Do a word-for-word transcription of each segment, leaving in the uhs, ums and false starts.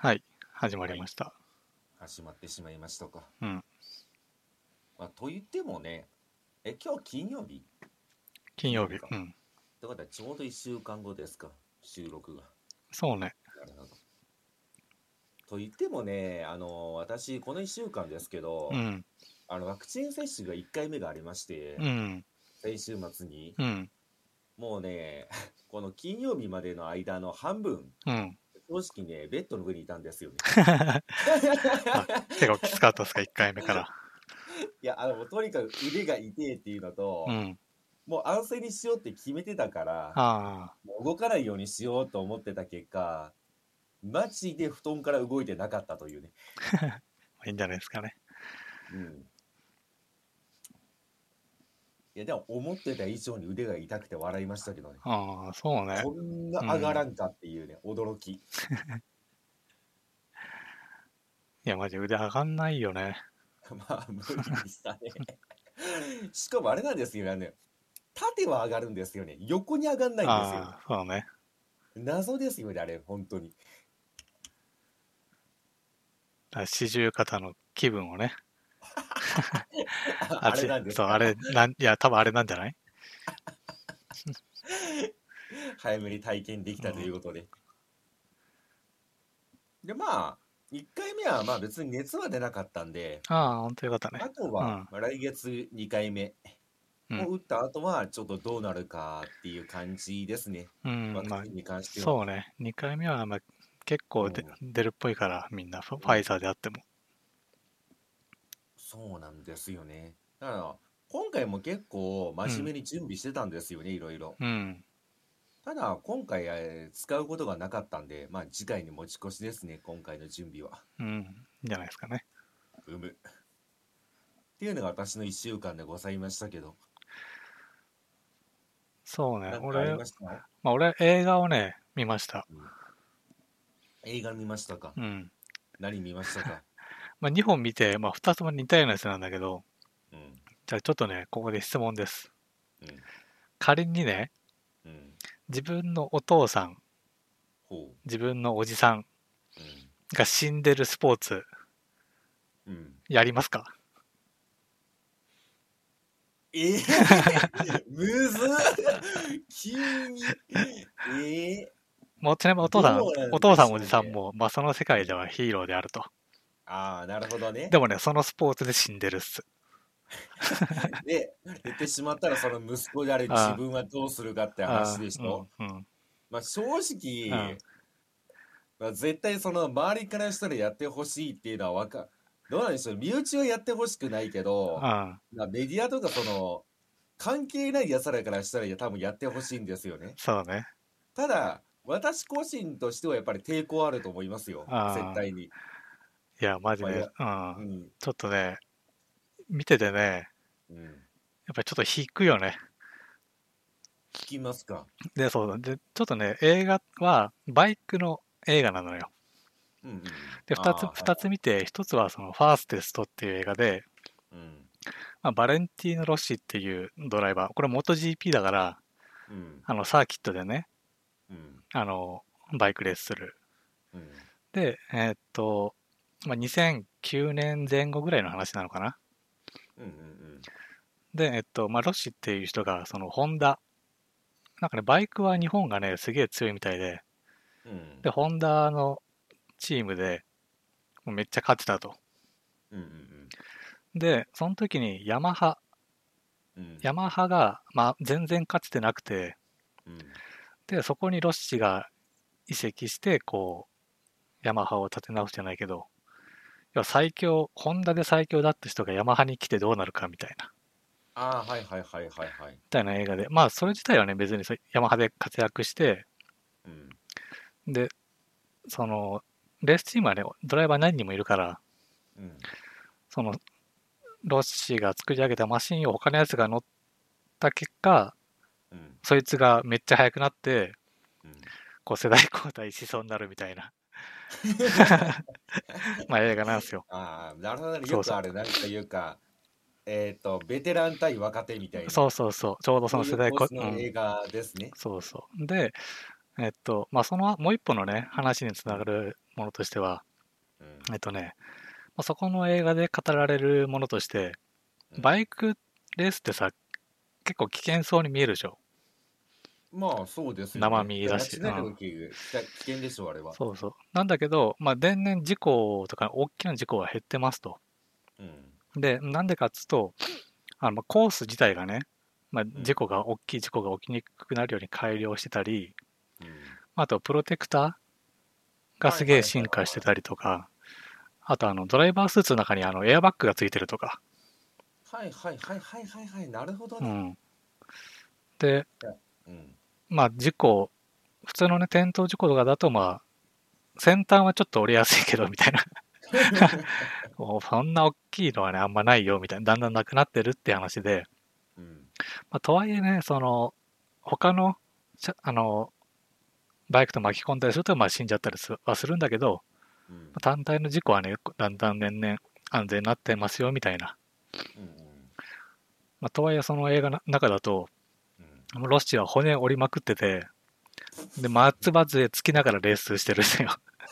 はい、始まはい、 りました。 始まってしまいましたか。 うん、 まあ、と言ってもね、え、今日金曜日金曜日。 金曜日か。 うん、 ってことはちょうどいっしゅうかんごですか、収録が。 そうね。 なるほど。と言ってもね、あの、私、このいっしゅうかんですけど、 うん、 あの、ワクチン接種がいっかいめがありまして、 うん、 先週末に、 うん、 もうね、この金曜日までの間の半分、 うん。 正直ね、ベッドの上にいたんですよね。 あ、結構きつかったですか、いっかいめから。 いや、あの、とにかく腕が痛いっていうのと、 うん。 もう安静にしようって決めてたから、 あもう動かないようにしようと思ってた結果、マジで布団から動いてなかったというね。 あ、いいんじゃないですかね。 うん。いや、でも思ってた以上に腕が痛くて笑いましたけどね。 ああ、そうね。 こんなうん。 上がらんかっていうね、驚き。 いや、マジ腕上がんないよね。 まあ、無理でしたね。しかもあれなんですよね。ね縦は上がるんですよね。横に上がんないんですよね。 ああ、そうね。 謎ですよね、あれ、本当に。 四十肩の気分をね。 あ、 あち、 あれなんですそう、あか。 れ、なん、いや、多分あれなんじゃない？ 早めに体験できたとうん。 いうことで。で、まあ、いっかいめはまあ別に熱は出なかったんで、 ああ、ほんとよかったね。 あとは、 うん、 まあ、来月にかいめうん、 を打った後は、ちょっとどうなるかっていう感じですね。 うん。まあ、 ワクチンに関しては。 そうね。にかいめは、まあ、結構でうん。 出るっぽいから、みんなファフうん。 ァイザーであっても。 そうなんですよね。だから、今回も結構うん、 真面目に準備してたんですよね、いろいろ。 うん。 ただ、今回、えー使うことがなかったんで、まあ次回に持ち越しですね、今回の準備は。 うん、いいんじゃないですかね。 うむ。っていうのが私のいっしゅうかんでございましたけど、 そうね、 なんかあり俺、 ました？ まあ俺映画をね、見ました。 うん。映画見ましたか？ うん。 何見ましたか？ まあにほん見て、まあふたつとも似たようなやつなんだけど、 うん。 じゃあちょっとね、ここで質問です。 うん。 仮にね、 うん。 自分のお父さん、 ほ自分のおじさんう。うん。 が死んでるスポーツ、 うん。 やりますか？ ええむずっ急に。ええもうちなみにお父さん、 どうなんでお父さんおじしょうね。 さんも、まあその世界でうん。 はヒーローであると。 ああ、なるほどね。 でもね、そのスポーツで死んでるっす。 で、言ってしまったら、その息子である自あ分はどうするかってあ、ああ、 話でしょ。 うん、うん、 まあ、正うん、 直、まあ、絶対その周りからしたらやってほしいっていうのはわか、どうなんでしょう。身内はやってほしくないけど、 ああ、 まあ、メディアとかその、関係ない奴らからしたら多分やってほしいんですよね。 そうね。 ただ、私個人としてはやっぱり抵抗あると思いますよ。絶ああ、 対に。 いや、マジね、 まあ、や、 うん。 うん、 ちょっとね、見ててね、 うん。 やっぱりちょっと引くよね。 聞きますか。 で、そう、で、ちょっとね、映画はバイクの映画なのよ。 うんうんうん。 で、二つ、 ああ、はい二はい。 つ見て、一つはそのファーステストっていう映画で、 うん、 まあ、バレンティーノ・ロッシっていうドライバー、これモト ジーピー だから、 うん、 あの、サーキットでね、 うん、 あの、バイクレースする。 うん、 で、えーっと、まあ、にせんきゅうねんぜん後ぐらいの話なのかな。 うん、うん、 で、えっと、まあ、ロッシっていう人が、その、ホンダ、なんかね、バイクは日本がね、すげえ強いみたいで、 うん、 で、ホンダのチームで、もうめっちゃ勝ってたと。 うん、うん、 で、その時にヤマハ、 うん、 ヤマハが、まあ、全然勝ててなくて、 うん、 で、そこにロッシが移籍して、こう、ヤマハを立て直すじゃないけど、要は最強、ホンダで最強だった人がヤマハに来てどうなるかみたいな、 ああ、はいはいはいはいはい。 みたいな映画で、まあ、それ自体はね、別にヤマハで活躍して、 うん、 で、その、レースチームはね、ドライバー何人もいるから、 うん、 その、ロッシが作り上げたマシンを他のやつが乗った結果、 うん、 そいつがめっちゃ速くなって、 うん。 こう世代交代しそうになるみたいな、まあ映画なんですよ。 ああ、なるほどね。よそうそくある、なんというか、えっと、ベテラン対若手みたう。 いな、 そうそうそう。ちょうどそそういうの世代こ、 構図のうん。 映画ですね。 そうそう。で、 えっと、まあ、そのもう一本のね、話につながるものとしては、 うん。 えっとね、まあ、そこの映画で語られるものとして、 うん。 バイクレースってさ、結構危険そうに見えるでしょ。 まあ、そうですよ生ね。いや、 身だし。 間違いなうん。 く危険危険でしょう、あれは。 そうそう。なんだけど、まあ、年々事故とか大きな事故は減ってますと。 うん。 で、なんでかっつうと、あのまあコース自体がね、まあ、 うん。 事故が、大きい事故が起きにくくなるように改良してたり、 うん。 あと、プロテクターがすげえはいはいはいはいは進化してたりとか、あと、あの、ドライバースーツの中にあのエアバッグがついてるとか、 い。はいはいはいはいはいはい。なるほどね。 うん。で、 いや、うん。 まあ、事故、普通のね、転倒事故とかだと、まあ、先端はちょっと折れやすいけど、みたいな。もうそんな大きいのはね、あんまないよ、みたいな。だんだんなくなってるって話で、 うん。 まあ、とはいえね、その、他の、あの、バイクと巻き込んだりすると、まあ、死んじゃったりはするんだけど、 うん。 単体の事故はね、だんだん年々安全になってますよ、みたいな。 うん。 まあ、とはいえ、その映画の中だと、 うん。 ロッシーは骨折りまくってて、で、松葉杖つきながらレースしてるんですよ。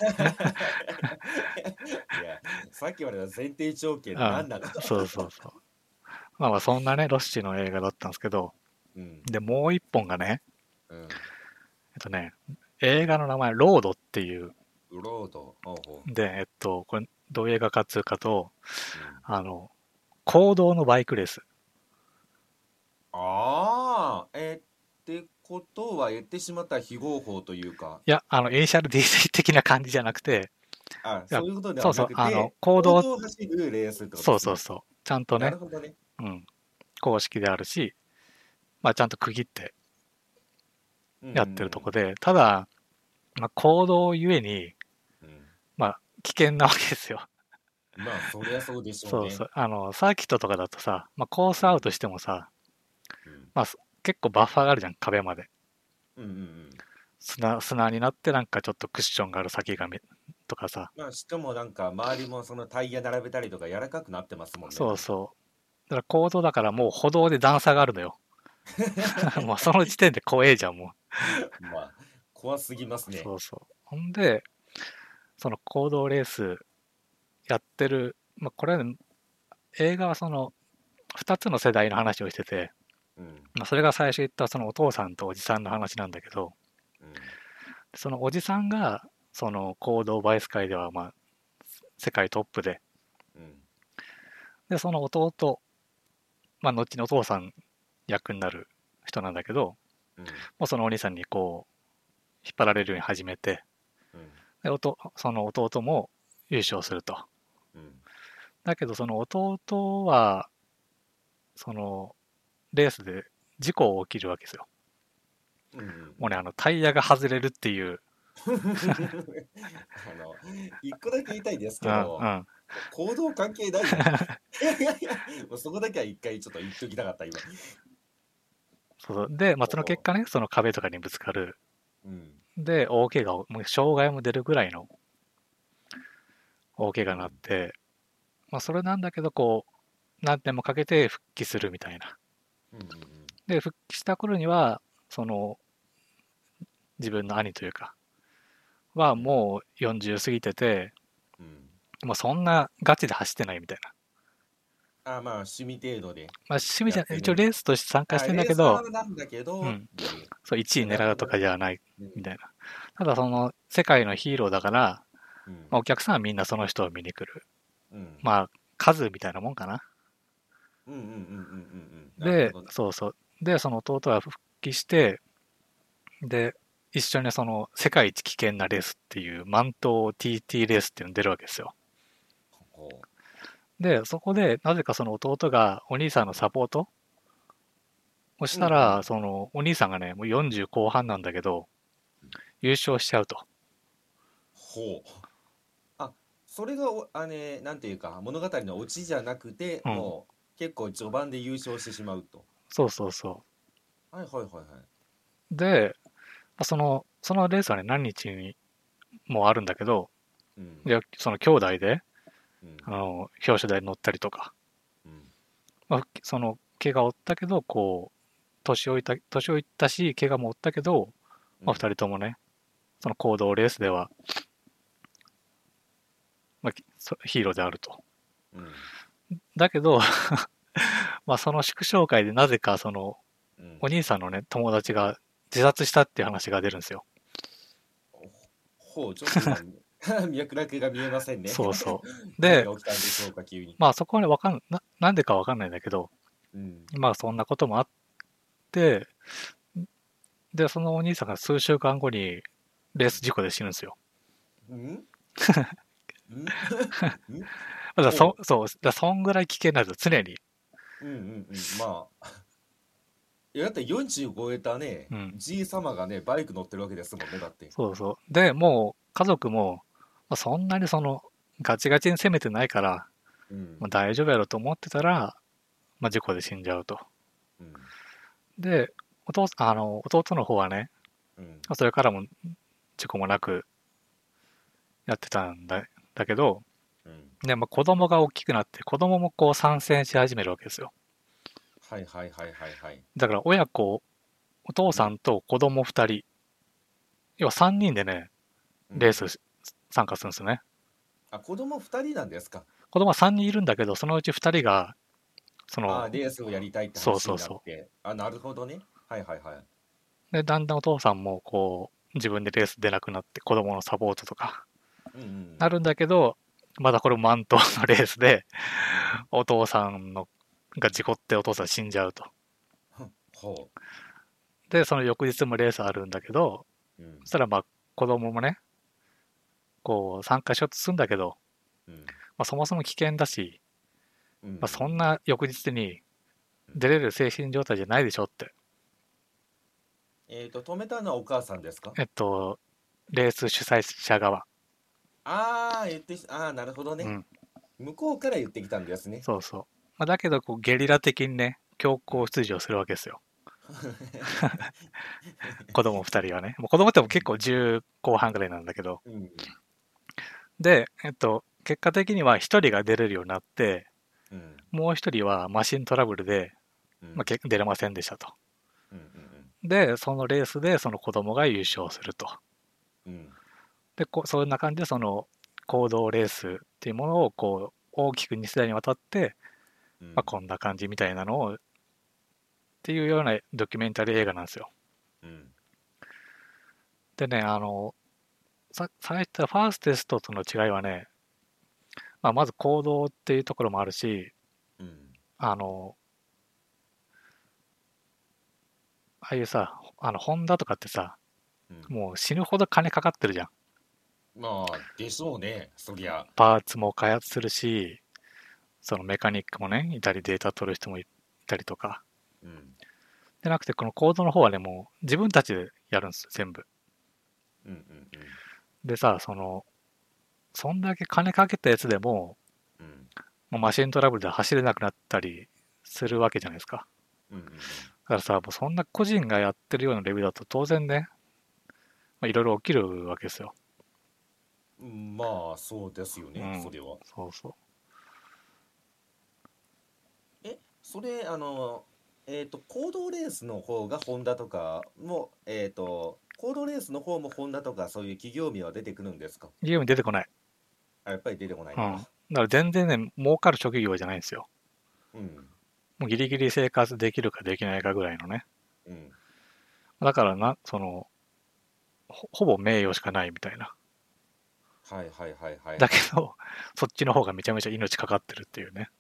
いや、さっきまでの前提条件うん。 何なの？ そうそうそう。まあまあ、そんなね、ロッシーの映画だったんですけど、 うん。 で、もう一本がね、 うん。 えっとね、映画の名前、ロードっていう、 ロード。ほうほで、えっと、これ、どういう映画かっつうかと、 う。うん。 あの、公道のバイクレース。 ああ、えーってことは言ってしまったら非合法というか、 いや、あの、イニシャル ディーシー 的な感じじゃなくて、 あ、 いや、 そういうことではなそうそう、あの、 くて、 公道、 公道を走るレースってことですね。 そうそうそう、ちゃんとね、 なるほどね。 うん、公式であるし、まあ、ちゃんと区切ってうんうやってるとこんで、ただ、まあ、公道ゆえに、 うん。うん。 まあ、危険なわけですよ。 まあ、そりゃそうでしょうね。 そうそう。あの、サーキットとかだとさ、まあ、コースアウトしてもさ、 うん。 まあ、結構バッファーがあるじゃん、壁まで。 うんうんうん。 砂、砂になってなんかちょっとクッションがある先がめとかさ。 まあ、しかもなんか、周りもそのタイヤ並べたりとか柔らかくなってますもんね、なんか。 そうそう。だから公道だからもう歩道で段差があるのよ。もうその時点で怖えじゃん、もまあ、怖すぎますう。 ね。 そうそう。ほんで、その公道レースやってる、まあ、これ、映画はそのふたつの世代の話をしてて、 うん。 まあ、それが最初言ったそのお父さんとおじさんの話なんだけど、 うん。 そのおじさんがその公道バイス界ではまあ世界トップで、 うん。 で、その弟、まあ、後にお父さん役になる人なんだけど、 うん。 もうそのお兄さんにこう、引っ張られるように始めて、 うん。 で、おとその弟も優勝すると。 うん。 だけど、その弟は、その、レースで事故起きるわけですよ。 うんうんうんもうね、あの、タイヤが外れるっていう、 あの、一個だけ言いたいですうん、うけど、 ん。 行動関係ないやん。いやいやいや、もうそこだけは一回ちょっと言っときたかった、今。 そうそう。で、まあ、その結お果ね、その壁とかにぶつかる。 うん。 で、大怪我を、もう障害も出るぐらいの大怪我になっうん。 て、まあ、それなんだけど、こう、何年もかけて復帰するみたいな。 うんうんうん。 で、復帰した頃には、その、自分の兄というか、はうん。 もうよんじゅう過ぎてて、 うん。 もうそんなガチで走ってないみたいな。 あ、まあ、趣味程度でまあ趣味じゃ、 やってる。 一応レースとして参加しあ、 てんだレーけど、 サーなんだけど、 うん、 っていう。 そう、いちいあ、なる狙うとほどね。 かじゃないうん。 みたいな。ただその、世界のヒーローだから、 うん。 まあ、お客さんはみんなその人を見に来る。 うん。 まあ、数みたいなもんかな。 うんうんうんうんうんうん。なるほで、 どね。 そうそう。で、その弟は復帰して、で、一緒にその世界一危険なレースっていうマント ティーティー レースっていうの出るわけですよ。 ほで、そこでなぜかその弟がお兄さんのサポートをしう。うんうたら、 ん。 そのお兄さんがね、もうよんじゅう後半なんだけど、優勝しちゃうと。 ほう。あ、それがお、あね、なんていうか、物語のオチじゃなくて、 うん。 もう結構序盤で優勝してしまうと。 そうそうそはいはいはいはい。 う。で、その、そのレースはね、何日にもあるんだけど、 うん。 で、その兄弟で、 うん。 あの、表彰台に乗ったりとか、 うん。 まあ、その、怪我を負ったけど、こう、年老いた、年老いったし、怪我も負ったけど、まあ、二うん。 人ともね、 その公道レースでは、まあ、そヒーローであると。 うんだけどまあその祝勝会でなぜかそのうんお兄さんのね友達が自殺したっていう話が出るんですよ。 ほう、ちょっと今、脈絡が見えませんね。 そうそう。で、 何が起きたんでしょうか、急に。 まあそこはね、わかんな、なんでかわかんないんだけど、 うん。 まあそんなこともあって、で、そのお兄さんが数週間後にレース事故で死ぬんですよ。 うんんんだからそほそう、だからそんぐらい危険なんですよ、常に。 う。うんうんうん。まあ。いや、だってよんじゅう超えたね、 うん。 じいさまがね、バイク乗ってるわけですもんね、だって。 そうそう。で、もう家族も、まあ、そんなにその、ガチガチに攻めてないから、 うん。 まあ、大丈夫やろと思ってたら、まあ、事故で死んじゃうと。 うん。 で、お父あの弟の方はね、 うん。 それからも事故もなくやってたんだだけど、 うん。 で、まあ、子供が大きくなって、子供もこう参戦し始めるわけですよ。 はいはいはいはいはい。 だから親子、お父さんと子供ふたり、要はさんにんでね、 うん。 レース参加するんですよね。 あ、子供ふたりなんですか。 子供はさんにんいるんだけど、そのうちふたりが、その、 あ、レースをやりたいって話になっそうそうそて。あ、なるほどね。はいはいはい。 う。で、だんだんお父さんもこう、自分でレース出なくなって、子供のサポートとか、 うんうんなるんだけど、まだこれもマントのレースで、 うん。 お父さんのが事故ってお父さん死んじゃうと。 うん。ほで、その翌日もレースあるんだけど、 う。うん。 そしたらまあ子供もね、こう参加しようとするんだけど、 うん。 まあ、そもそも危険だし、 うんうんうまあ、そんん。 な翌日にうん出れる精神状態じゃないでしょって。 えっと、止めたのはお母さんですか。 えっと、レース主催者側。 ああ、言ってきああ、なるほどね。 うん、 向こうから言ってきたんですね。 そうそう。まあ、だけど、こうゲリラ的にね、強行うん。 出場するわけですよ。子供ふたりはね。もう子供っても結構じゅう後半ぐらいなんだけど。 うん。 で、えっと、結果的にはひとりが出れるようになって、 うん。 もうひとりはマシントラブルで、まあ、 うん。 け出れませんでしたと。 うん。 で、そのレースでその子供が優勝すると。 うん。うん。 で、こうそんな感じでその行動レースっていうものをこう大きくに世代にわたって、まあ、 うん。 こんな感じみたいなのをっていうようなドキュメンタリー映画なんですよ。 うん。 でね、あの、さ最初言ったファーステストとの違いはね、まあ、まず行動っていうところもあるし、 うん。 あの、ああいうさ、あの、ホンダとかってさ、 うん。 もう死ぬほど金かかってるじゃん。 まあ、でしょうね、そりゃ。 パーツも開発するし、そのメカニックもね、いたりデータ取る人もいたりとか。 うん。 でなくて、このコードの方はね、もう自分たちでやるんですよ、全部。 うんうんでさ、その、そんだけ金かけたやつでも、 うん。うん。 もうマシントラブルで走れなくなったりするわけじゃないですか。 うんうんだからさ、もうそんな個人がやってるようなレベルだと当然ね、まあ、いろいろ起きるわけですよ。 うん。まあ、そうですよね、そうん。 れは。 そうそう。 え、それ、あの、えっと、公道レースの方がホンダとかも、えっと、公道レースの方もホンダとかそういう企業名は出てくるんですか。 ゲームに出てこない。 あ、やっぱり出てこないうん。だのか。 から全然ね、儲かる職業じゃないんですよ。 うん。 もうギリギリ生活できるかできないかぐらいのね。 うん。 だからな、その、ほほぼ名誉しかないみたいな。 はいはいはいはいはい。 だけど、そっちの方がめちゃめちゃ命かかってるっていうね。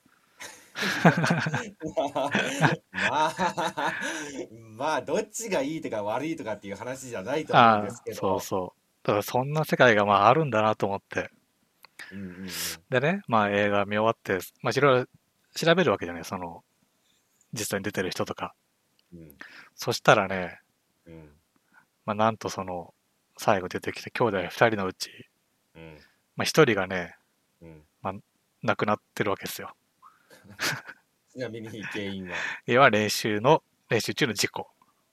まあ、まあ、どっちがいいとか悪いとかっていう話じゃないと思うんでああ、 すけど。 そうそう。だからそんな世界がまああるんだなと思って。 うんうんでね、まあ映画見終わって、まあいろいろ調べるわけじゃない、その、実際に出てる人とか。 うん。 そしたらね、 うん。 まあなんとその、最後出てきた兄弟ふたりのうち、 うん。 まあひとりがね、 うん。 まあ亡くなってるわけですよ。 ちなみに原因は。 要は練習の、練習中の事故。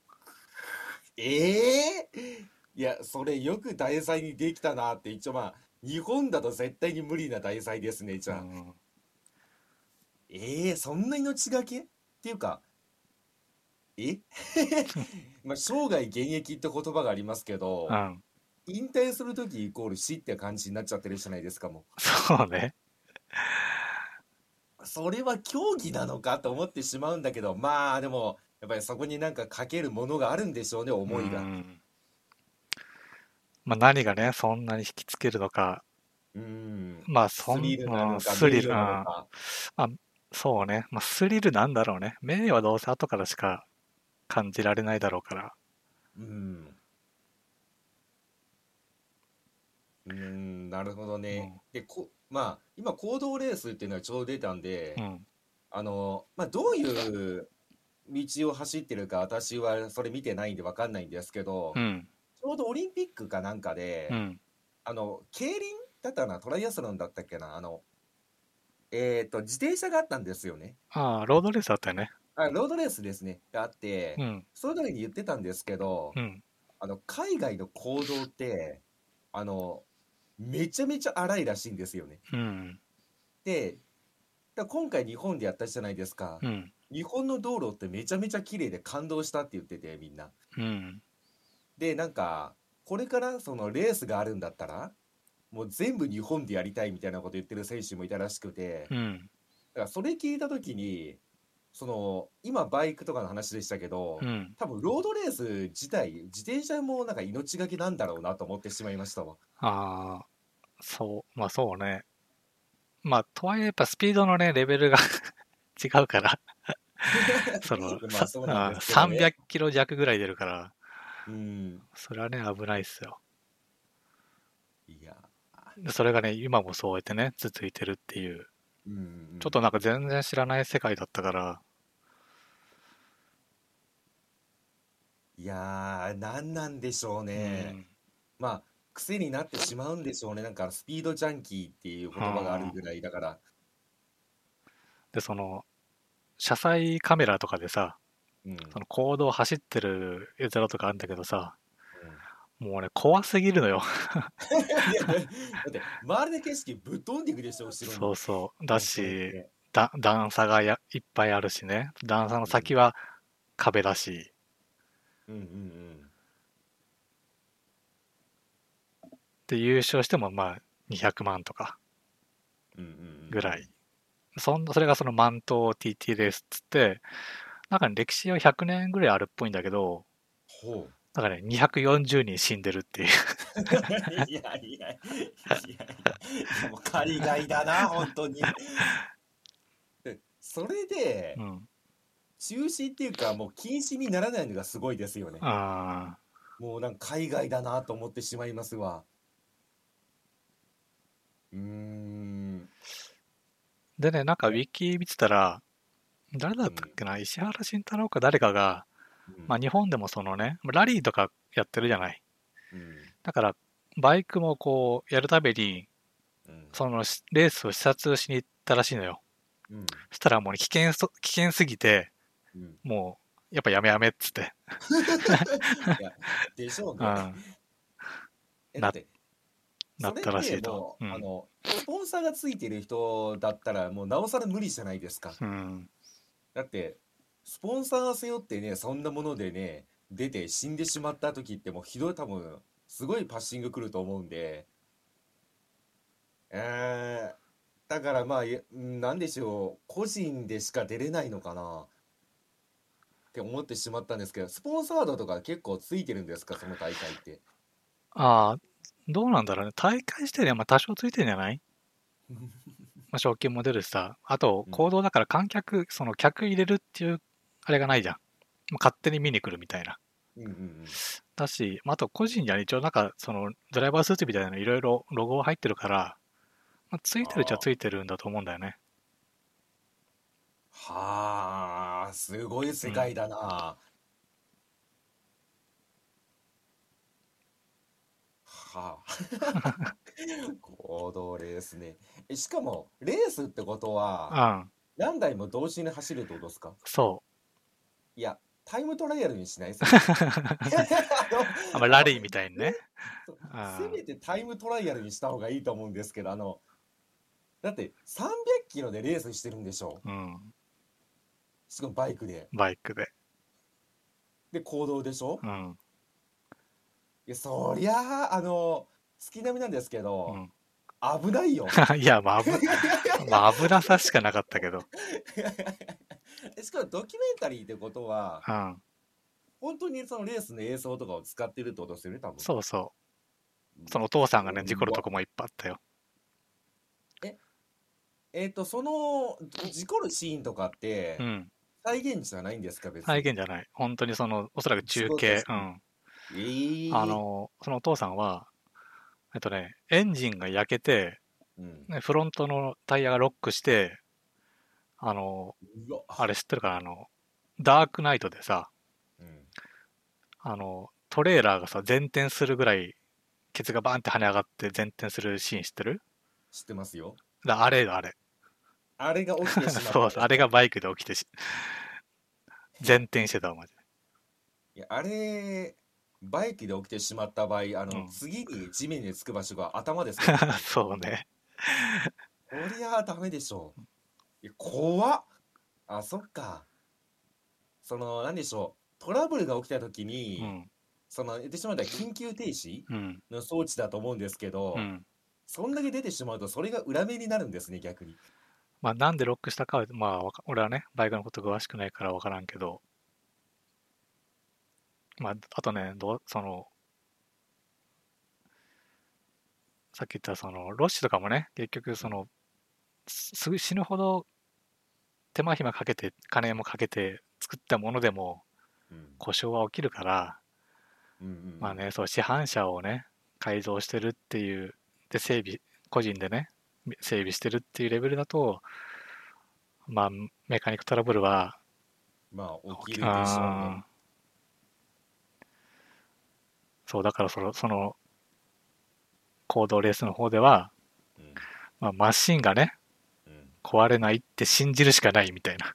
ええいや、それよく題材にできたなって、一応まあ、日本だと絶対に無理な題材ですね、じゃあ。 うん。 ええそんな命がけっていうか、えまあ、生涯現役って言葉がありますけど、 うん。 引退するときイコール死って感じになっちゃってるじゃないですか、もそうね。 う。それは競技なのかと思ってしまうんだけど、まあでも、やっぱりそこになんかかけるものがあるんでしょうね、 う思いが。 ん。まあ何がね、そんなに引きつけるのか。 うん。 まあそん、 スリルなうん、 のか、 スリル、 名誉うん。 なのか。 まあ、そうね。まあスリルなんだろうね。名誉はどうせ後からしか感じられないだろうから。 うん。うん、なるほどね。 うん。 で、こ、まあ、今、公道レースっていうのはちょうど出たんで、 うん。 あの、まあ、どういう道を走ってるか、私はそれ見てないんでわかんないんですけど、 うん。 ちょうどオリンピックかなんかで、 うん。 あの、競輪だったかな、トライアスロンだったっけな、あの、えっと、自転車があったんですよね。 ああ、ロードレースだったよね。 あ、ロードレースですね、があって、 うん。 その時に言ってたんですけど、 うん。 あの、海外の公道って、あの、めちゃめちゃ荒いらしいんですよね。 うん。 で、だ今回日本でやったじゃないですか。 うん。 日本の道路ってめちゃめちゃ綺麗で感動したって言ってて、みんな。 うん。 で、なんか、これからそのレースがあるんだったら、もう全部日本でやりたいみたいなこと言ってる選手もいたらしくて、 うん。 だからそれ聞いたときに、その、今バイクとかの話でしたけど、 うん。 多分ロードレース自体、自転車もなんか命がけなんだろうなと思ってしまいましたわ。 ああ、そう。まあそうね。まあ、とはいえやっぱスピードのね、レベルが違うから、その、 まあさ、あそうなんですけど 300 ね。 キロ弱ぐらい出るから、 うん。 それはね、危ないっすよ。 いや、 でそれがね、今もそうやってね、続いてるっていう、 うんうん。 ちょっとなんか全然知らない世界だったから、 いやー、なんなんでしょううね。 ん、 まあ、癖になってしまうんでしょうね。なんか、スピードジャンキーっていううん。 言葉があるぐらいだから。 で、その、車載カメラとかでさ、 うん。 その公道を走ってる絵面とかあるんだけどさ、 うん。 もうね、怖すぎるのよ。 いや、だだって、周りの景色ぶっ飛んでいくでしょ、後ろに。 そうそう。だもうそれっし、 て。 だ、段差がやいっぱいあるしね。段差のうん。 先は壁だし、 うんうんうん。 で、優勝してもまあにひゃくまんとかうんうんうんうん。 ぐらい。そんそれがそのマント ティーティー レースっつって、なんかね歴史はひゃくねんぐらいあるっぽいんだけど、 ほう。 なんかね、にひゃくよんじゅうにん死んでるっていう。 いやいや、いやいや、いやもう借りがいだな、本当に。でそれで、 うん。 中止っていうか、もう禁止にならないのがすごいですよね。 ああ。 もうなんか海外だなと思ってしまいますわ。うーん。 でね、なんかウえ、 ィキ見てたら、誰だうん。 ったっけな、石原慎太郎か誰かが、 うん。 まあ日本でもそのね、ラリーとかやってるじゃない。 うん。 だから、バイクもこう、やるたびに、 うん。 そのしレースを視察しに行ったらしいのよ。 うん。 そしたらもうね、危険そ、危険すぎて、 うん。 もう、やっぱやめやめっつって。 いや、でしょうね。 うん。 え、だっな、 て、 なっそれってたらしいと。 もう、あうん。 の、スポンサーがついてる人だったら、もうなおさら無理じゃないですか。 うん。 だって、スポンサー背負ってね、そんなものでね、出て死んでしまった時ってもうひどい、多分、すごいパッシング来ると思うんで、えー、だからまあ、いなんでしょう、個人でしか出れないのかなって思ってしまったんですけど、スポンサードとか結構ついてるんですか、その大会って。 ああ、どうなんだろうね。大会自体にはまあ多少ついてんじゃない？まあ、賞金も出るしさ。あと、 うん。 行動だから観客、その客入れるっていう、あれがないじゃん。もう勝手に見に来るみたいな。 うんうんうん。 だし、まあ、あと個人には一応なんか、そのドライバースーツみたいなのいろいろロゴ入ってるから、まあ、ついてるっちゃあついてるんだと思うんだよね。 あ、はあ、すごいうん。 世界だな。はあ。行動レースね。え、しかも、レースってことは、 うん。 何台も同時に走るってことですか？ そいや、タイムトライアルにしないう。 それ。あの、 あ、まあ、 あの、 ラリーみたいにね。 そううん。 せめてタイムトライアルにした方がいいと思うんですけど、あの、だってさんびゃっキロでレースしてるんでしょ？ うん。 しかもバイクで。 バイクで。 で、公道でしょ？ うん。 いや、そりゃあ、あの、月並みなんですけど、 うん。 危ないよ。 いや、まあ、危、まあ、危なさしかなかったけど。 しかもドキュメンタリーってことは、 うん。 本当にそのレースの映像とかを使ってるってことですよね、多分。 そうそう。そのお父さんがね、事故ると怖っ。 こもいっぱいあったよ。 え、えっと、その、事故るシーンとかって、 うん。 再現じゃないんですか、別に。 再現じゃない。本当にその、おそらく事中継、う故として。 ん。あええ。 の、そのお父さんは、えっとね、エンジンが焼けて、 うん。 ね、フロントのタイヤがロックして、あの、 うわ。 あれ知ってるかな、あの、ダークナイトでさ、 うん。 あの、トレーラーがさ、前転するぐらい、ケツがバーンって跳ね上がって前転するシーン知ってる？ 知ってますよ。 だあれだ、あれ。 あれが起きてしまっそうそう、あたんですか。 れがバイクで起きてし、前転してたわ、マジいや、あれ、バイクで起きてしまった場合、あで。うの、 ん。 次に地面につく場所が頭ですからね。 そうね。 こりゃダメでしょう。いや、怖っ。あ、そっか。その、何でしょう。トラブルが起きた時に、 うん。 その、言ってしまったら緊急停止うん。 の装置だと思うんですけど、 うん。 そんだけ出てしまうと、それが裏目になるんですね、逆に。 まあ、なんでロックしたかは、まあ、わか俺はね、バイクのこと詳しくないからわからんけど、まあ、あとね、どう、その、さっき言ったその、ロッシュとかもね、結局うん。 その、すすぐ死ぬほど手間暇かけて、金もかけて作ったものでもうん。 故障は起きるから、 うんうんうん。 まあね、そう、市販車をね、改造してるっていう、で、整備、個人でね、整備してるっていうレベルだと、まあ、メカニックトラブルは、 まあ、起き起きるでしょうね。 あーそう、だからその、その、コードレースの方では、 うん。 まあ、マシンがね、 うん。 壊れないって信じるしかないみたいな。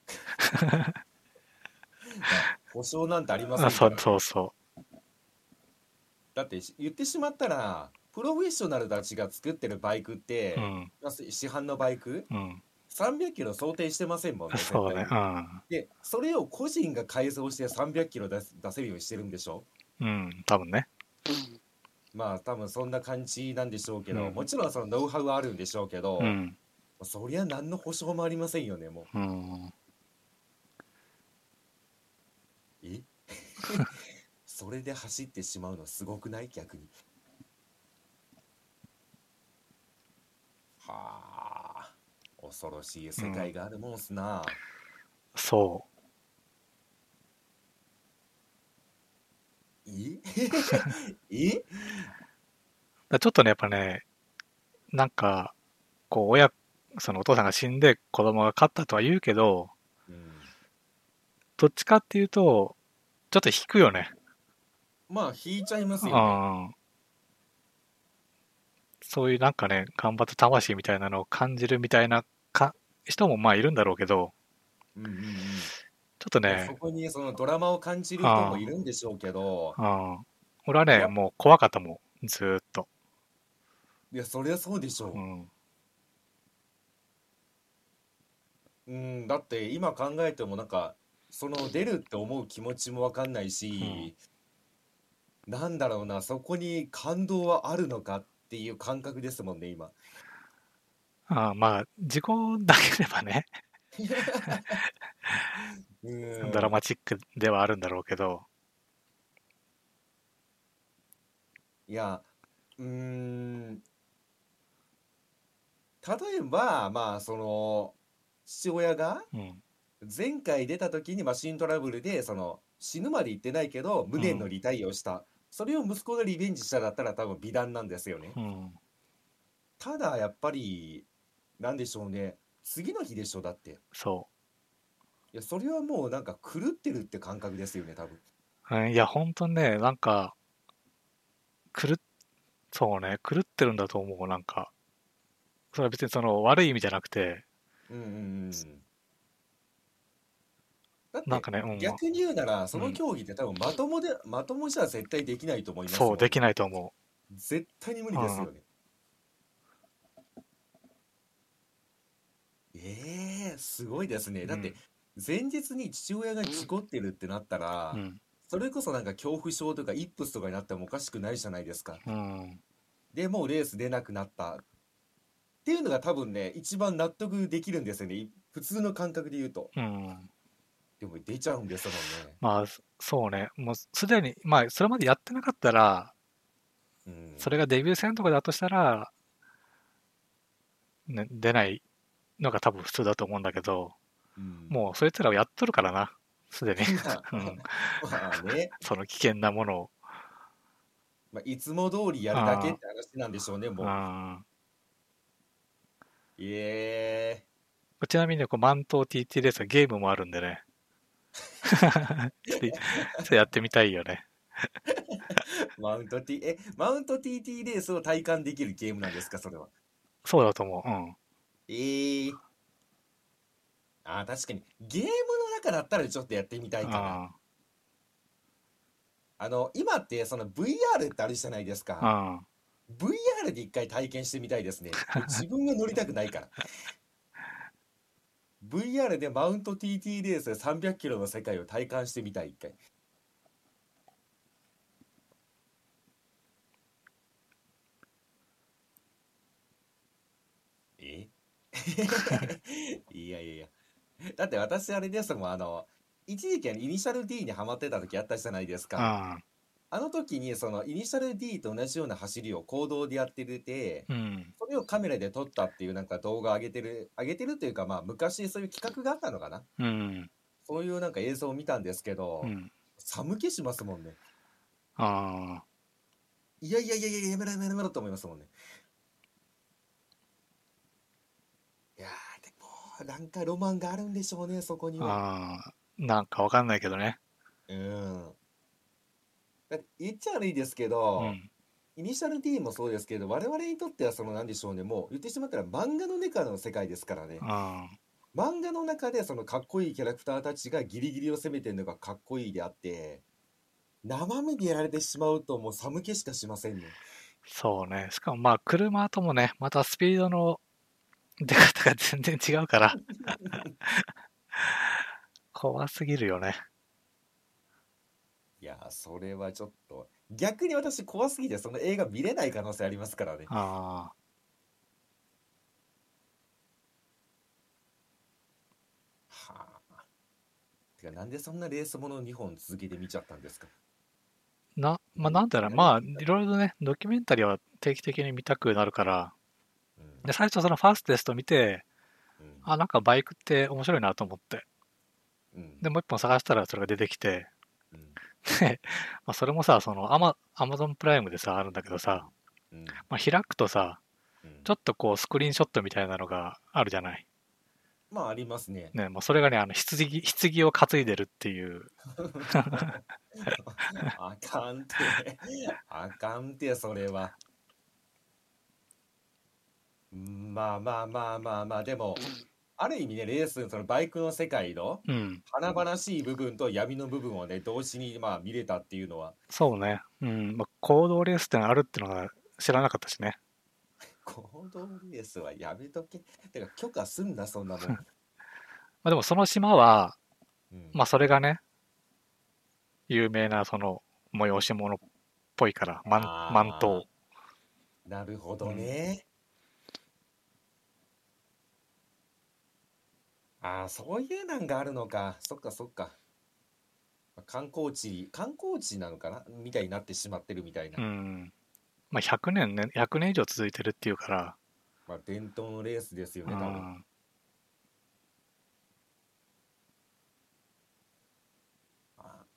まあ、保証なんてありまあ、 せんそうからね。 そうそだってし言ってしまったら、プロフェッショナルたちが作ってるバイクっう。うて、 ん、 まあ市販のバイク、 うん。 さんびゃっキロ想定してませんもんね、絶そうね、 対に。 うん。 で、それを個人が改造してさんびゃっキロ出す出せるようにしてるんでしょ。 うん、多分ね。 まあ、多分そんな感じなんでしょうけど、もうん、 ちろんそのノウハウはあるんでしょうけど、 うん、 そりゃ何の保証もありませんよね、もうん。 う。えそれで走ってしまうのすごくない？逆に。はあ、恐ろしい世界うん、 があるもんすな。 そええ。 う。ちょっとね、やっぱね、なんか、こう、親、そのお父さんが死んで子供が勝ったとは言うけど、 うん。 どっちかっていうと、ちょっと引くよね。 まあ、引いちゃいますうよね。 ん。そういうなんかね、頑張った魂みたいなのを感じるみたいなか人もまあいるんだろうけど、 うんうんうん。 ちょっといや、そね、 こにそのドラマを感じる人もいあるんでしょうけど、 あ、うん。俺はね、 やっ、 もう怖かったもん。ずーっと。 いや、そりゃそうでしょうん。 う。うん、だって今考えてもなんか、その出るって思う気持ちもわかんないうん。 し、なんだろうな、そこに感動はあるのかっていう感覚ですもんね、今。 ああ、まあ、事故だければね、 うドラん。 マチックではあるんだろうけど、 いや、うーん、例えば、まあ、その、父親がうん。 前回出た時にマシントラブルで、その、死ぬまで言ってないけど、無うん。 念のリタイアをした。それを息子がリベンジしただったら多分美談なんですよね。 うん。 ただ、やっぱり、なんでしょうね。次の日でしょ、だって。 そいや、それはもうなんか狂ってるって感覚ですよね、多分。 う。うん、いや、ほんとね、なんか、狂っ、そうね、狂ってるんだと思う、なんか。それは別にその悪い意味じゃなくて、 うんうんうん。だって、 なんかね、うん、 逆に言うなら、そのうん。 競技って多分まともで、まともじゃ絶対できないと思いますそう、でもんね。 きないと思絶対に無理う。うん。 ですよね。ええー、すごいですね。だって、 うん。 前日に父親が事故ってるってなったら、 うん。 それこそなんか恐怖症とかイップスとかになってもおかしくないじゃないですか。 うん。 でもうレース出なくなったっていうのが多分ね、一番納得できるんですよね。い普通の感覚で言うと。 うん。 でも出ちゃうんですもんね。 まあ、そうね。もうすでに、まあ、それまでやってなかったら、 うん。 それがデビュー戦とかだとしたら、ね、出ないのが多分普通だと思うんだけど、 うん。 もうそいつらをやっとるからな。すでに。 まあ、 うん。 まあね。 その危険なものを。 まあ、いつも通りやるだけっあて話なんでしょうね、もあ。 う。いえちなみにね、こう、マント ティーティー レースはゲームもあるんでね。ちょっと、ちょっとやってみたいよね。 ー、マウント T、え、マウント ティーティー レースを体感できるゲームなんですか、それは。 そうだと思う。うん。 ええ、あー、確かに。ゲームの中だったらちょっとやってみたいかな。 ああの、今ってその ブイアール ってあるじゃないですあ。 か。 ああ。 ブイアール で一回体験してみたいですね。もう自分が乗りたくないから。ブイアール でマウント ティーティー レースでさんびゃくキロの世界を体感してみたい、一回。えいやいやいや。だって私あれですもん、あの、一時期あのイニシャル D にハマってた時あったじゃないですか。 ああ。 あの時にそのイニシャル D と同じような走りを公道でやってて、 うん。 それをカメラで撮ったっていうなんか動画上げてる、上げてるというかまあ昔そういう企画があったのかな。 うん。 そういうなんか映像を見たんですけど、 うん。 寒気しますもんね。 ああ。 いやいやいやいや、やめろやめろやめろと思いますもんね。いやー、でも、なんかロマンがあるんでしょうね、そこには。 ああ。なんかわかんないけどね。 うん。だ言っちゃ悪いですけど、 うん。 イニシャル D もそうですけど、我々にとってはそのなんでしょうね、もう言ってしまったら漫画の中の世界ですからね。 ああ。 漫画の中でそのかっこいいキャラクターたちがギリギリを攻めてるのがかっこいいであって、生身でやられてしまうともう寒気しかしませんね。 そうね。しかもまあ、車ともね、またスピードの出方が全然違うから、怖すぎるよね。 いやー、それはちょっと、逆に私怖すぎてその映画見れない可能性ありますからね。 あはあ。てか、なんでそんなレースものにほん続けて見ちゃったんですか？ あ。な、まあ何、 なんだろう、 何がまあ、 あったの？ いろいろとね、ドキュメンタリーは定期的に見たくなるから、 うん、 で、最初そのファーストテスト見て、 うん、 あ、なんかバイクって面白いなと思って。 うん、 で、もう一本探したらそれが出てきて、 うん、 で、まあそれもさ、そのアマ、アマゾンプライムでさ、あるんだけどさ、 うん、 まあ開くとさ、 うん。 ちょっとこうスクリーンショットみたいなのがあるじゃない。 まあ、ありますね。 ね、もうそれがね、あの、棺、棺を担いでるっていう、 あかんて、あかんて、それは。まあまあまあまあまあ、でも、ある意味ね、レース、そのバイクの世界のうん、 華々しい部分と闇の部分をね、同時にまあ見れたっていうのは、 そうね。うん。まあ、行動レースってのがあるってのが知らなかったしね。 行動レースはやめとけ。てか、許可すんな、そんなもん。 まあでもその島は、 うん。 まあそれがね、有名なその催し物っぽいから、満、満あ島。 あ、なるほどうん。 ね。ああ、そういうなんがあるのか。そっかそっか。観光地、観光地なのかなみたいになってしまってるみたいな。 うん。まあひゃくねんね、ひゃくねん以上続いてるっていうから、 まあ、伝統のレースですようね、多分。 ん。 あ、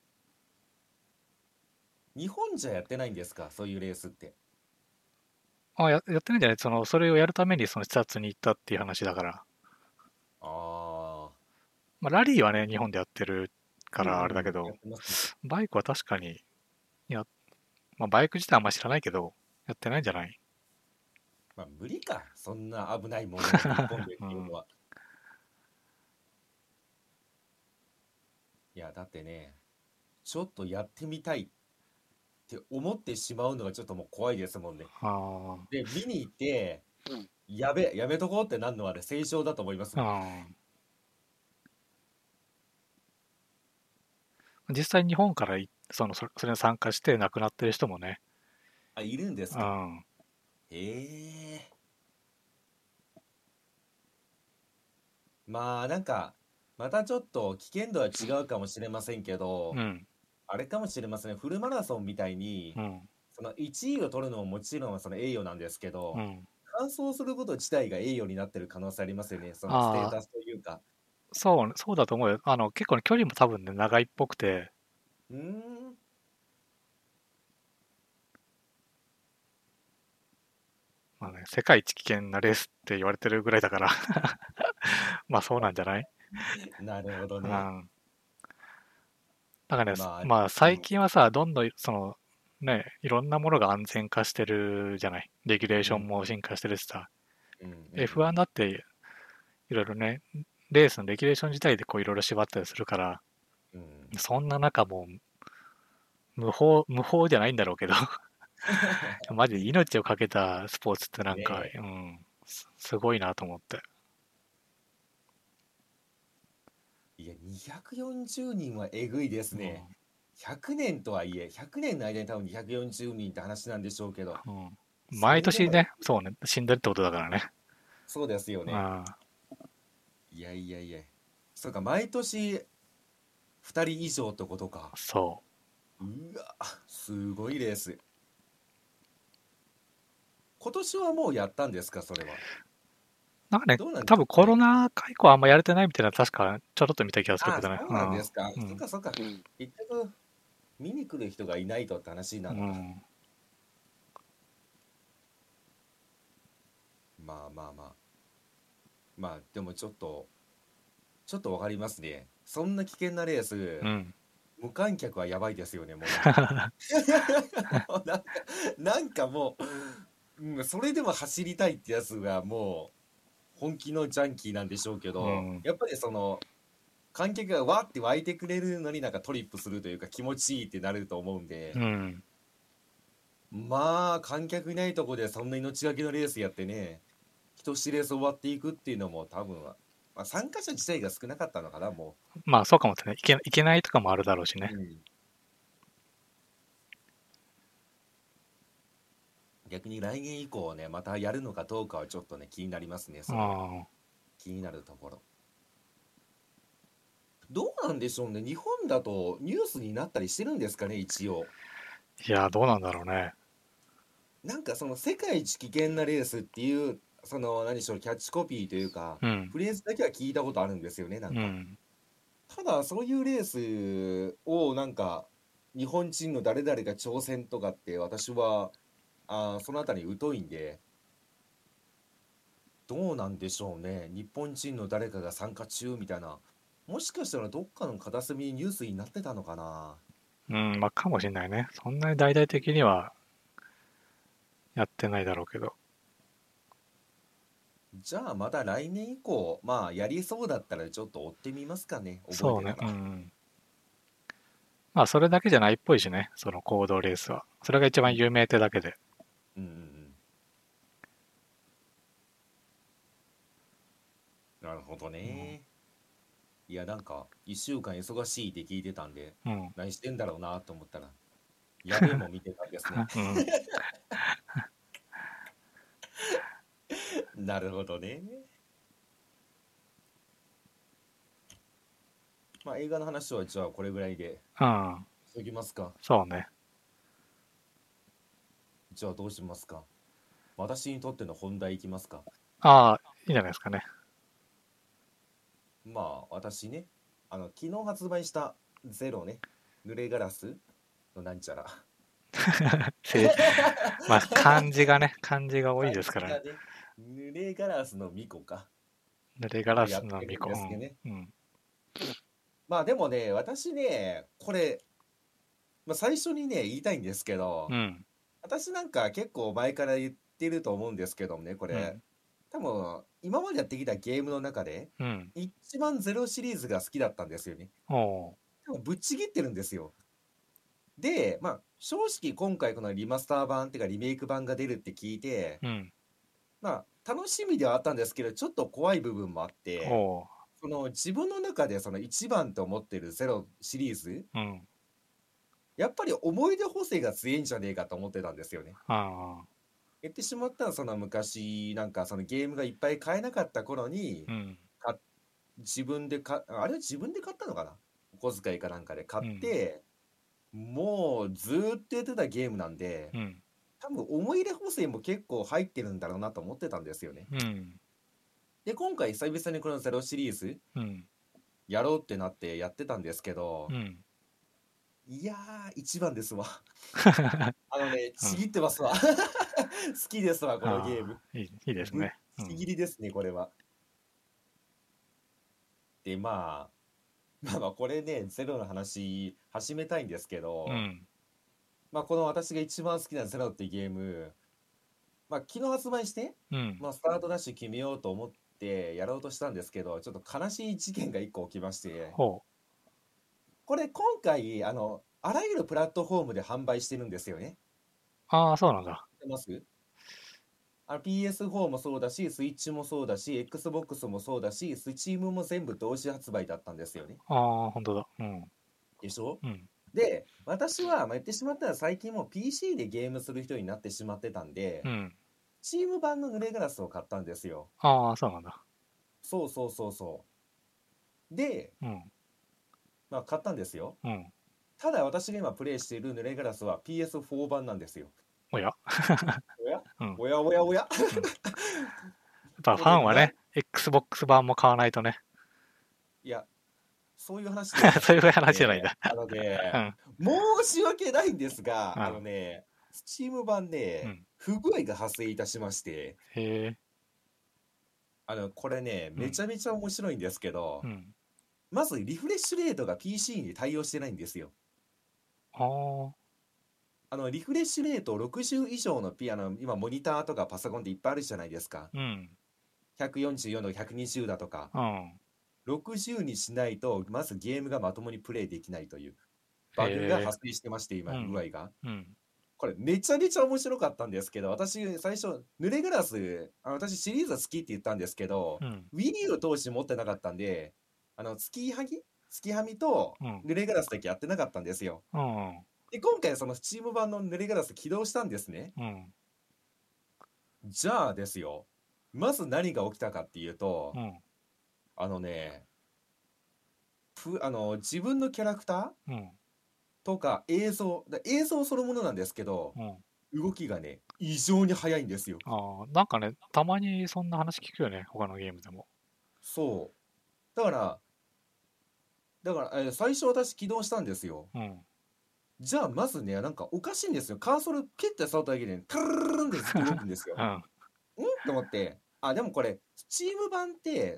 日本じゃやってないんですか、そういうレースって。 あ、や、やってないんじゃない？その、それをやるためにその視察に行ったっていう話だから。 ああ、 まあラリーはね、日本でやってるかうんうらあれだん、 けど、 やってますね。 バイクは確かに、や、まあバイク自体あんま知らないけど、やってないんじゃない？ まあ、無理か。そんな危ないものを日本でっうん。 ていうのは。いや、だってね、ちょっとやってみたいって思ってしまうのがちょっともう怖いですもんね。 あで、見に行って、やべ、やめとこうってなるのはね、正常だと思いますあ、 もん。 うん。 実際日本からいそのそれそれに参加して亡くなってる人もね、 あ、いるんですか。 うん、 へえ。まあなんか、またちょっと危険度は違うかもしれませんけど、 うん、 あれかもしれませんね。フルマラソンみたいに、 うん、 そのいちいを取るのももちろんその栄誉なんですけど、 うん。 完走すること自体が栄誉になってる可能性ありますよね。そのステーああ、 タスというか。 そう、そうだと思うよ。あの、結構ね、距離も多分ね、長いっぽくて、 うーん。 まあね、世界一危険なレースって言われてるぐらいだからまあそうなんじゃない？ なるほどね。 うん。だからね、 まあ、 まあうん、 最近はさ、どんどんその、ね、いろんなものが安全化してるじゃない。レギュレーうん、 ションも進化してるしさ。 うん、うん、うエフワンん。 だっていろいろね、レースのレギュレーション自体でこういろいろ縛ったりするから、 うん。 そんな中もう無法、無法じゃないんだろうけどマジで命をかけたスポーツってなんか、 ねえ。 うん、すすごいなと思って。 いや、にひゃくよんじゅうにんはえぐいですうね。ひゃくねんとはいえ、ひゃくねんの間に多分にひゃくよんじゅうにんって話なんでしょうけど、 ん。うん。 それでもえ毎年ね、そうね、死んでるってことだからね。 そうですよね。 ああ、 いやいやいや。そうか、毎年ふたり以上ってことか。 そうわ、すごいレース。今年はもうやったんですか、それは。 う。なんかね、 どうなんで多分コロしょうね。 ナ禍以降あんまやれてないみたいな、確かちょろっと見た気がするああ、 けどね。 そうなんですか。 うん。 そっかそっか。結局、見に来る人がいないとって話なうん。 のか。 うん。 まあまあまあ。まあ、でもちょっと、ちょっとわかりますね。そんな危険なレース、 うん。 無観客はやばいですよね、もうなんか。もうなんか、なんかもう、うん、それでも走りたいってやつがもう、本気のジャンキーなんでしょうけど、 うん。 やっぱりその、観客がわーって湧いてくれるのになんかトリップするというか気持ちいいってなると思うんで、 うん。 まあ、観客いないとこでそんな命がけのレースやってね、一レース終わっていくっていうのも多分は、まあ、参加者自体が少なかったのかな、もまあそうかもね。いけ、いけないとかもあるだろうしう。 ね。 うん。逆に来年以降ね、またやるのかどうかはちょっとね、気になりますね、それは。 あ気になるところ。どうなんでしょうね、日本だとニュースになったりしてるんですかね、一応。 あ。いや、どうなんだろうね。 なんかその世界一危険なレースっていう、その何でしょう、キャッチコピーというか、 うん。 フレーズだけは聞いたことあるんですよね、なんか。 うん。 ただ、そういうレースをなんか、日本人の誰々が挑戦とかって私は、あーそのあたり疎いんで、どうなんでしょうね。日本人の誰かが参加中みたいな。もしかしたらどっかの片隅にニュースになってたのかな。 うん。まあかもしれないね。そんなに大々的にはやってないだろうけど。 じゃあまた来年以降、まあやりそうだったらちょっと追ってみますかね。覚えそうね。 てたら。 うん。まあそれだけじゃないっぽいしね。その行動レースは。それが一うん。 番有名ってだけで。 うんうんうん。なるほどうん。 ね。いや、なんか、一週間忙しいって聞いてたんで、 うん。 何してんだろうなと思ったら、やべえもん見てたんですね。 うん。 なるほどね。まあ映画の話はじゃあこれぐらいでうん。 しときますか。 そうね。 じゃあどうしますか。私にとっての本題いきますか。 ああ、いいんじゃないですかね。 まあ私ね、あの、昨日発売したゼロね、濡れガラスのなんちゃら。 せまあ漢字がね、漢字が多い漢ですからね。 字がね、濡れガラスの巫女か。 濡れガラをやっスの巫女。 てるんですけどね。 うん。うん。 まあでもね、私ね、これ、まあ、最初にね、言いたいんですけど、 うん。 私なんか結構前から言ってると思うんですけどもね、これ、 うん。 多分、今までやってきたゲームの中で、 うん。 一番ゼロシリーズが好きだったんですよね。 おう。 でもぶっちぎってるんですよ。で、まあ、正直今回このリマスター版っていうかリメイク版が出るって聞いて、 うん。 まあ、楽しみではあったんですけど、ちょっと怖い部分もあって、 おう。 その自分の中でその一番と思ってるゼロシリーズ、 うん。 やっぱり思い出補正が強いんじゃねえかと思ってたんですよね。 ああ。 言ってしまったら、その昔なんかそのゲームがいっぱい買えなかった頃にうん。 か自分でかあれは自分で買ったのかな、お小遣いかなんかで買って、もうずーっとやってたゲームなんで、 うん。 多分思い入れ補正も結構入ってるんだろうなと思ってたんですよね。 うん。 で今回久々にこのゼロシリーズうん。 やろうってなってやってたんですけど、 うん。 いやー一番ですわ。あのね、 うん。 ちぎってますわ。好きですわ、このゲーム。 ああ、いい、いいですぶっね。うちん。 ぎりですね、これは。で、まあ、まあまあ、これね、ゼロの話始めたいんですけど、 うん。 まあ、この私が一番好きなゼロっていうゲーム、まあ、昨日発売して、 うん。 まあ、スタートダッシュ決めようと思ってやろうとしたんですけど、ちょっと悲しい事件が一個起きまして、 ほこれ今回、あの、あらゆるプラットフォームで販売してるんですよね。 う。ああ、そうなんだ。 知ってます？あの ピーエスフォー もそうだし、スイッチもそうだし、Xbox もそうだし、Steam も全部同時発売だったんですよね。 ああ、本当だ。うん。 でしょ？ うん。 で、私は、まあ、言ってしまったら最近もう ピーシー でゲームする人になってしまってたんで、 うん。 チーム版の濡れガラスを買ったんですよ。 ああ、そうなんだ。 そうそうそうそう。で、 うん。 まあ、買ったんですよ。 うん。 ただ私が今プレイしている濡れガラスは ピーエスフォー 版なんですよ。 おや。 おやうん。うん。 おやおやおや。 やっぱフこれな、 ァンはね、Xbox 版も買わないとね。 いや、そういう話ではなくそういう話じゃないんて、 だ。 あのうね、 ん。 申し訳ないんですが、あのうん。 ね、スチーム版でうん。 不具合が発生いたしまして、 へえ。 あの、これね、 うん。 めちゃめちゃ面白いんですけど、 うん。 まずリフレッシュレートが ピーシー に対応してないんですよ。 ああ。 あの、リフレッシュレートろくじゅう以上のピアノ、今モニターとかパソコンっていっぱいあるじゃないですか。 うん。 ひゃくよんじゅうよんとかひゃくにじゅうだとか。 うん。 ろくじゅうにしないと、まずゲームがまともにプレイできないというへバグがえ。 発生してまして、今、具うん。 合が。 うん。 これめちゃめちゃ面白かったんですけど、私最初、濡れグラス、あの私シリーズは好きって言ったんですけど、 うん。 Wii U を通して持ってなかったんで、あの、月はぎ月はみとうん。 濡れグラスだけやってなかったんですよ。 うん。 で、今回その Steam 版の濡れグラス起動したんですね。 うん。 じゃあですよ、まず何が起きたかっていうと、 うん。 あのね、ふあの自分のキャラクターうん。 とか映像、だ映像そのものなんですけど、 うん。 動きがね、異常に速いんですよ。 ああ、なんかね、たまにそんな話聞くよね、他のゲームでも。 そう。だから、だから、えー最初私起動したんですよ。 うん。 じゃあまずね、なんかおかしいんですよ。カーソル蹴って触っただけで、カルルルルンって動くんですよ。 うん。 んと思って、あ、でもこれ、スチーム版って、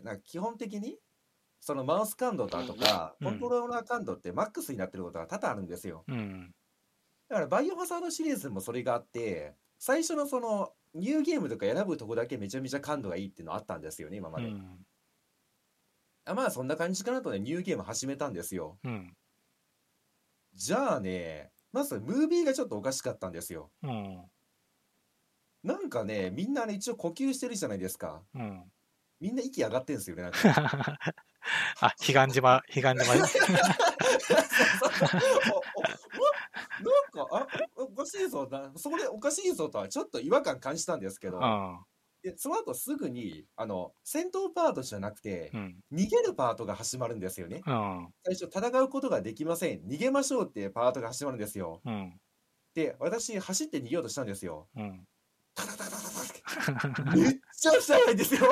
なんか基本的に、そのマウス感度だとか、コントうん。 ローラー感度ってマックスになってることが多々あるんですよ。 うん。 だからバイオハザードシリーズもそれがあって、最初のそのニューゲームとか選ぶとこだけめちゃめちゃ感度がいいっていうのあったんですよね、今まで。 うん。 あ、まあそんな感じかなとね、ニューゲーム始めたんですよ。 うん。 じゃあね、まずムービーがちょっとおかしかったんですよ。 うん。 なんかね、みんなね、一応呼吸してるじゃないですか。 うん。 みんな息上がってんですよね、なんか。 あ、彼岸島、彼岸島。 そうそうそう。おおなんか、あ、おおかしいぞな、それおかしいぞとはちょっと違和感感じたんですけど、 うん。 で、その後すぐに、あの、戦闘パートじゃなくて、 うん。 逃げるパートが始まるんですよね。 うん。 最初、戦うことができません。逃げましょうっていうパートが始まるんですよ。 うん。 で、私、走って逃げようとしたんですよ。 うん。 タタタタタタってめっちゃ速いんですよ。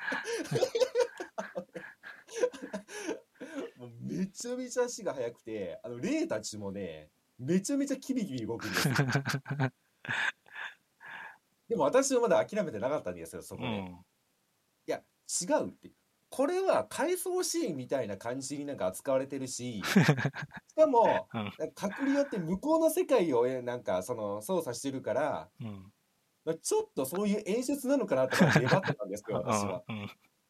もうめちゃめちゃ足が速くて、あの、霊たちもね、めちゃめちゃキビキビ動くんですよ。でも私はまだ諦めてなかったんですよ、そこで。 うん。 いや、違うって。これは回想シーンみたいな感じになんか扱われてるし、しかも、 うん。 なんか隔離よって向こうの世界をえなんかその操作してるから、 うん。 まあちょっとそういう演出なのかなとか粘ってたんですよ、私は。 うん。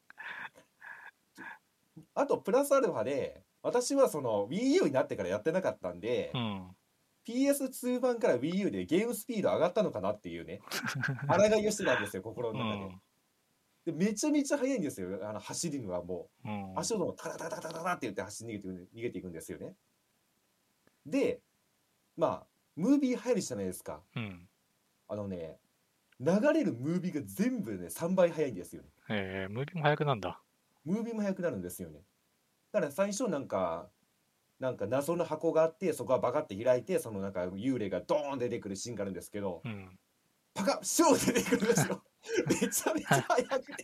あと、プラスアルファで、私はその Wii U になってからやってなかったんで、 うん。 ピーエスツー 版から Wii U でゲームスピード上がったのかなっていうね、抗いをしてたんですよ、心うの中で。 ん。 でめちゃめちゃ速いんですよ、あの走るのはもう。 うん。 足音もタラタラタラタラって言って走り逃げていく逃げていくんですよね。で、まあ、ムービー入るじゃないですか。 うん。 あのね、流れるムービーが全部ね、さんばい速いんですよね。 えー、ムービーも早くなんだ。 ムービーも速くなるんですよね。だから最初なんか、なんか謎の箱があって、そこはバカって開いて、そのなんか幽霊がドーン出てくるシーンがあるんですけど、 うん。 パカッシュー出てくるんですよ。めちゃめちゃ速くて。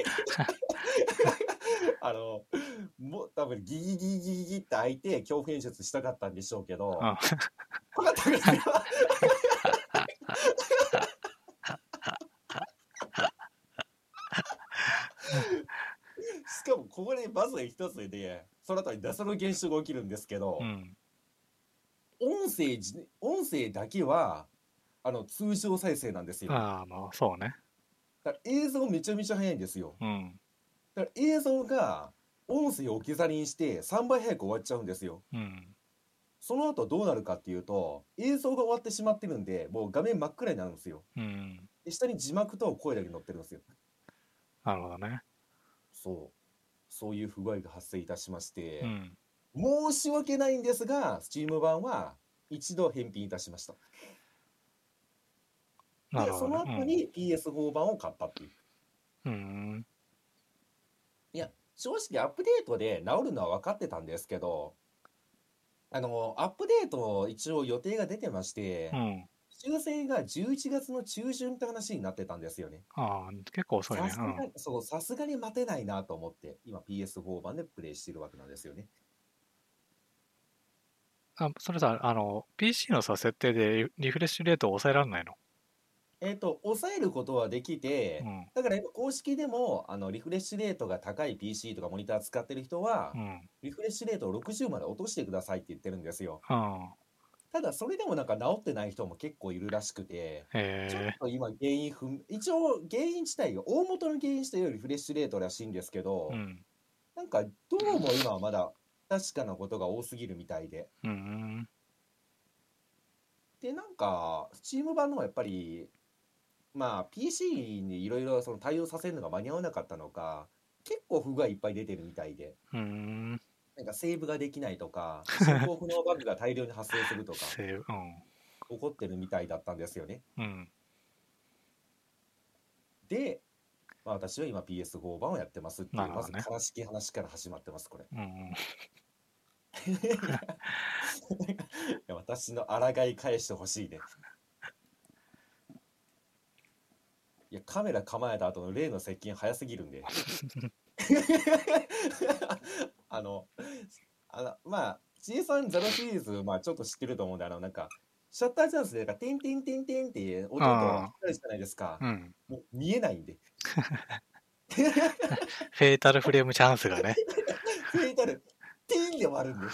あの、もう多分ギギギギギギって開いて恐怖演出したかったんでしょうけど、 あパカッと開けてしかもここでまず一つで、その後に謎の現象が起きるんですけど、 うん。 音声じ、音声だけは、あの、通常再生なんですよね。 ああ、まあ、そうね。 だから映像めちゃめちゃ速いんですよ。 うん。 だから映像が音声を置き去りにしてさんばい早く終わっちゃうんですよ。 うん。 その後どうなるかっていうと、映像が終わってしまってるんで、もう画面真っ暗になるんですよ。 うん。 で、下に字幕と声だけ載ってるんですよ。 なるほどね。 そう。そういう不具合が発生いたしまして、 うん。 申し訳ないんですが、Steam 版は一度返品いたしました。で、そなるほどね。 の後に ピーエスフォー 版を買ったっていう。 うん。うん。 いや、正直アップデートで治るのは分かってたんですけど、あの、アップデート一応予定が出てまして、 うん。 修正がじゅういちがつの中旬って話になってたんですよね。 ああ、結構遅いね。 さすがうん。 に、そう、さすがに待てないなと思って、今 ピーエスフォー 版でプレイしてるわけなんですよね。 あ、それさ、あの、ピーシー のさ、設定でリリフレッシュレートを抑えられないの？ えっと、抑えることはできて、 うん。 だから今公式でも、あの、リフレッシュレートが高い ピーシー とかモニター使ってる人は、 うん。 リフレッシュレートをろくじゅうまで落としてくださいって言ってるんですよ。 ああ。 ただ、それでもなんか治ってない人も結構いるらしくて、ちょっへえ。 と今原因不明、一応原因自体が、大元の原因自体はリフレッシュレートらしいんですけど、 うん。 なんかどうも今はまだ確かなことが多すぎるみたいで。 うん。 で、なんか、Steam 版の方はやっぱり、まあ ピーシー にいろいろその対応させるのが間に合わなかったのか、結構不具合いっぱい出てるみたいで、 うん。 なんかセーブができないとか、進行不能バグが大量に発生するとか、 セーブ、うん。 起こってるみたいだったんですよね。 うん。 で、まあ、私は今 ピーエスフォー 版をやってますっていう、まずなるほどね。 悲しき話から始まってます、これ。 うん。 いや、いや私の抗い返してほしいね。いや、カメラ構えた後の例の接近早すぎるんで。あの、あの、まあ、ジーさんゼロシリーズ、まあ、ちょっと知ってると思うんで、あの、なんか、シャッターチャンスで、なんか、テンテンテンテンって音とあ光るじゃないですか。 あ。うん。 もう見えないんで。 フェイタルフレームチャンスがね。 フェイタル、ティーンで終わるんで。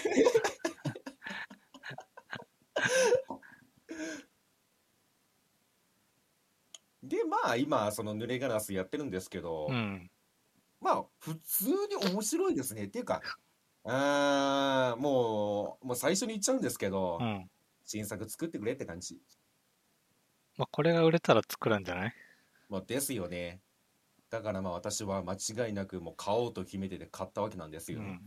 で、まあ、今、その濡れガラスやってるんですけど、 うん。 まあ、普通に面白いですね。っていうか、あーもう、もう最初に言っちゃうんですけど、 うん。 新作作ってくれって感じ。 まあ、これが売れたら作るんじゃない？ まあ、ですよね。だからまあ私は間違いなくもう買おうと決めてて買ったわけなんですよね。 うん。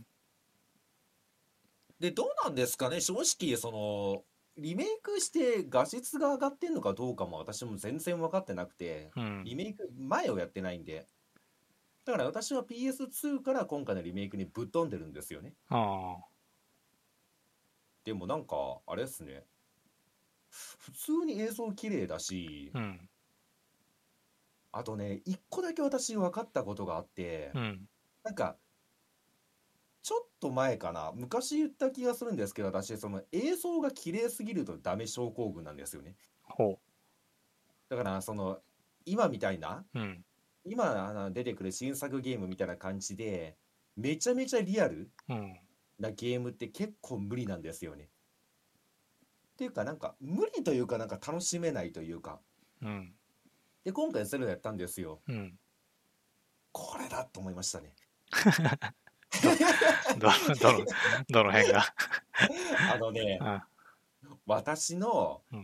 で、どうなんですかね、正直、その、リメイクして画質が上がってんのかどうかも私も全然分かってなくて、 うん。 リメイク前をやってないんで、だから私は ピーエスツー から今回のリメイクにぶっ飛んでるんですよね。 ああ。 でもなんか、あれですね、普通に映像綺麗だし、 うん。 あとね、一個だけ私分かったことがあって、 うん。 なんか、ちょっと前かな、昔言った気がするんですけど、私、その映像が綺麗すぎるとダメ症候群なんですよね。 ほだから、その、今みたいな、 う。うん。 今あの出てくる新作ゲームみたいな感じで、めちゃめちゃリアルうん。 なゲームって結構無理なんですよね。っていうか、なんか、無理というか、なんか楽しめないというか。 うん。 で、今回ゼロやったんですよ。 うん。 これだと思いましたね。 ど、ど、どの、どの辺が？ あのね、 あ、 私の、 うん。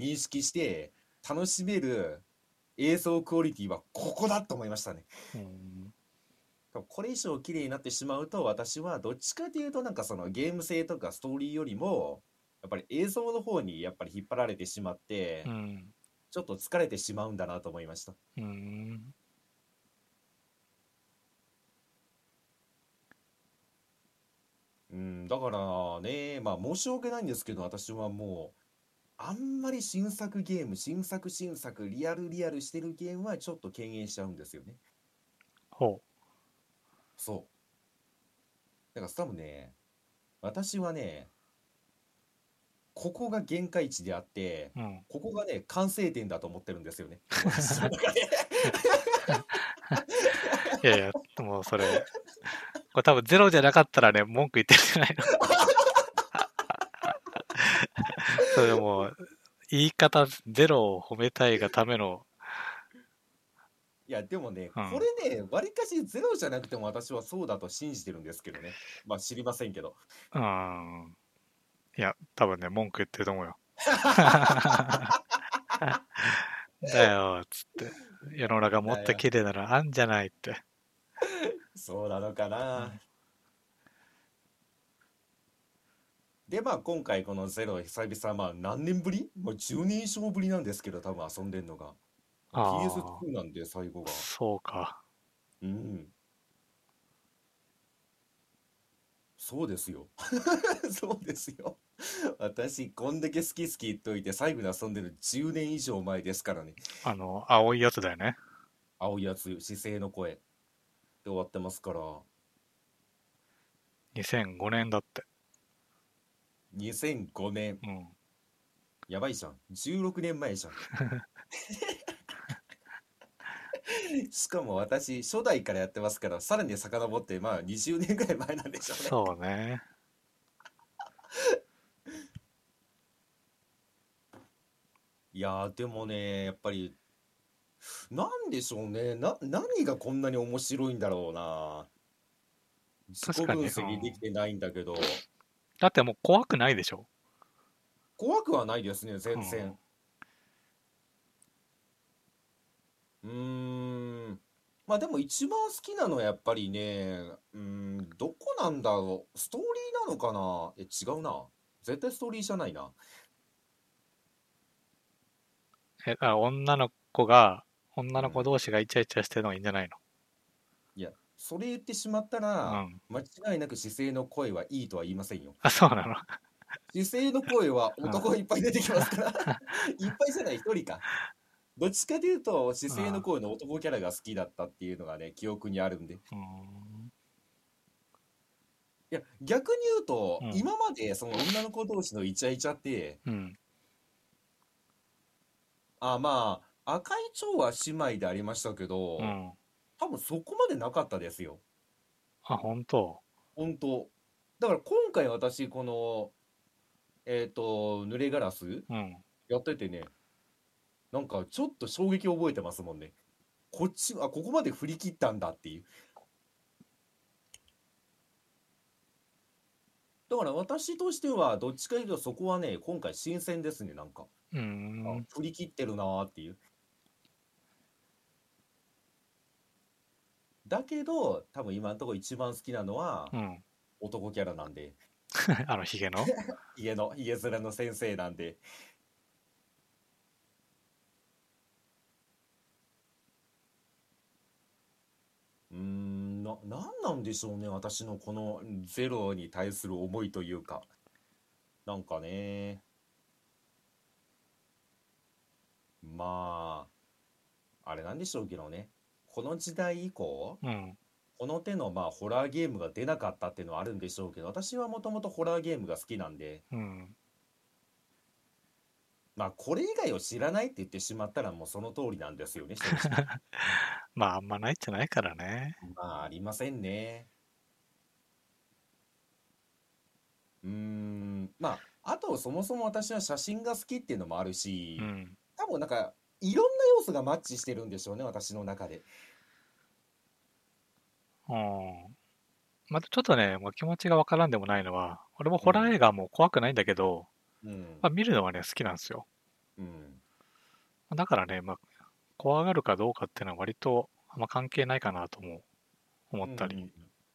私がゲームをゲームとして認識して楽しめる映像クオリティはここだと思いましたね。 うん。 これ以上綺麗になってしまうと、私はどっちかというとなんかそのゲーム性とかストーリーよりもやっぱり映像の方にやっぱり引っ張られてしまっうて、 ん。 ちょっと疲れてしまうんだなと思いました。 うん。 うん、だからね、まあ申し訳ないんですけど、私はもうあんまり新作ゲーム、新作新作、リアルリアルしてるゲームはちょっと敬遠しちゃうんですよね。 ほそう。だから多分ね、私はね、ここが限界値であって、 う。うん。 ここがね、完成点だと思ってるんですよね。私の中で。 いやいや、もうそれ、これ多分ゼロじゃなかったらね、文句言ってるんじゃないの。それもう、言い方、ゼロを褒めたいがための、 いや、でもね、こうん。 れね、わりかしゼロじゃなくても私はそうだと信じてるんですけどね。まあ知りませんけど。 うん。いや、多分ね、文句言ってると思うよ。だよ、つって。世の中もっだよ。 と綺麗なのあんじゃないって。 そうなのかな。 うん。 で、まあ今回このゼロ久々、まあ何年ぶりもうじゅうねん以上ぶりなんですけど、多分遊んでんのが。ピーエスツーああ、 なんで最後が。 そうか。 うん。そうですよ。そうですよ。私、こんだけ好き好き言っといて、最後に遊んでるじゅうねん以上前ですからね。 あの、青いやつだよね。 青いやつ、姿勢の声で終わってますから。 にせんごねんだって。 にせんごねん。 うん。 やばいじゃん。じゅうろくねんまえじゃん。しかも私、初代からやってますから、さらに遡って、まあにじゅうねんぐらい前なんでしょうね。 そうね。 いやー、でもね、やっぱり、なんでしょうね。な、何がこんなに面白いんだろうな。自己分確かに、うん。 析できてないんだけど、 だってもう怖くないでしょ。 怖くはないですね、 うん。 全然。うーん。まあでも一番好きなのはやっぱりね、うーん、どこなんだろう。ストーリーなのかな。え、違うな。絶対ストーリーじゃないな。 え、あ、女の子が、女の子うん。 同士がイチャイチャしてるのがいいんじゃないいや、それ言ってしまったら、 の？うん。 間違いなく姿勢の声はいいとは言いませんよ。 あ、そうなの。 姿勢の声はうん。 男いっぱい出てきますから。いっぱいじゃない、一人か。どっちかというと、姿勢の声の男キャラが好きだったっていうのがね、記憶にあるんで。いうん。 や、逆に言うと、 うん。 今までその女の子同士のイチャイチャって、 うん。 あ、まあ、赤い蝶は姉妹でありましたけど、 うん。 多分そこまでなかったですよ。 あ、本当。 本当。だから今回私、この、えっと、濡れガラスうん。 やっててね、なんかちょっと衝撃を覚えてますもんね。こっち、あ、ここまで振り切ったんだっていう。だから私としては、どっちかというとそこはね、今回新鮮ですね、なんか。 うあ、 ん。 振り切ってるなーっていう。だけど、多分今のところ一番好きなのはうん。 男キャラなんで、 あの、ヒゲの。 家の、家面の先生なんで。うーん、な、なんなんでしょうね、私のこのゼロに対する思いというか。なんかね、まあ、あれなんでしょうけどね。この時代以降、 うん。 この手のまあホラーゲームが出なかったっていうのはあるんでしょうけど、私はもともとホラーゲームが好きなんで、 うん。 まあこれ以外を知らないって言ってしまったらもうその通りなんですよね、正直。 まあ、あんまないっちゃないからね。 まあありませんね。うーん、まあ、あとそもそも私は写真が好きっていうのもあるし、 うん。 多分なんかいろんな要素がマッチしてるんでしょうね、私の中で。 うん。またちょっとね、もう気持ちがわからんでもないのは、俺もホラー映うん、 画も怖くないんだけど、 うん、 まあ、見るのはね、好きなんですよ。 うん。 だからね、まあ、 怖がるかどうかっていうのは割とあんま関係ないかなとも思ったり、 うんうん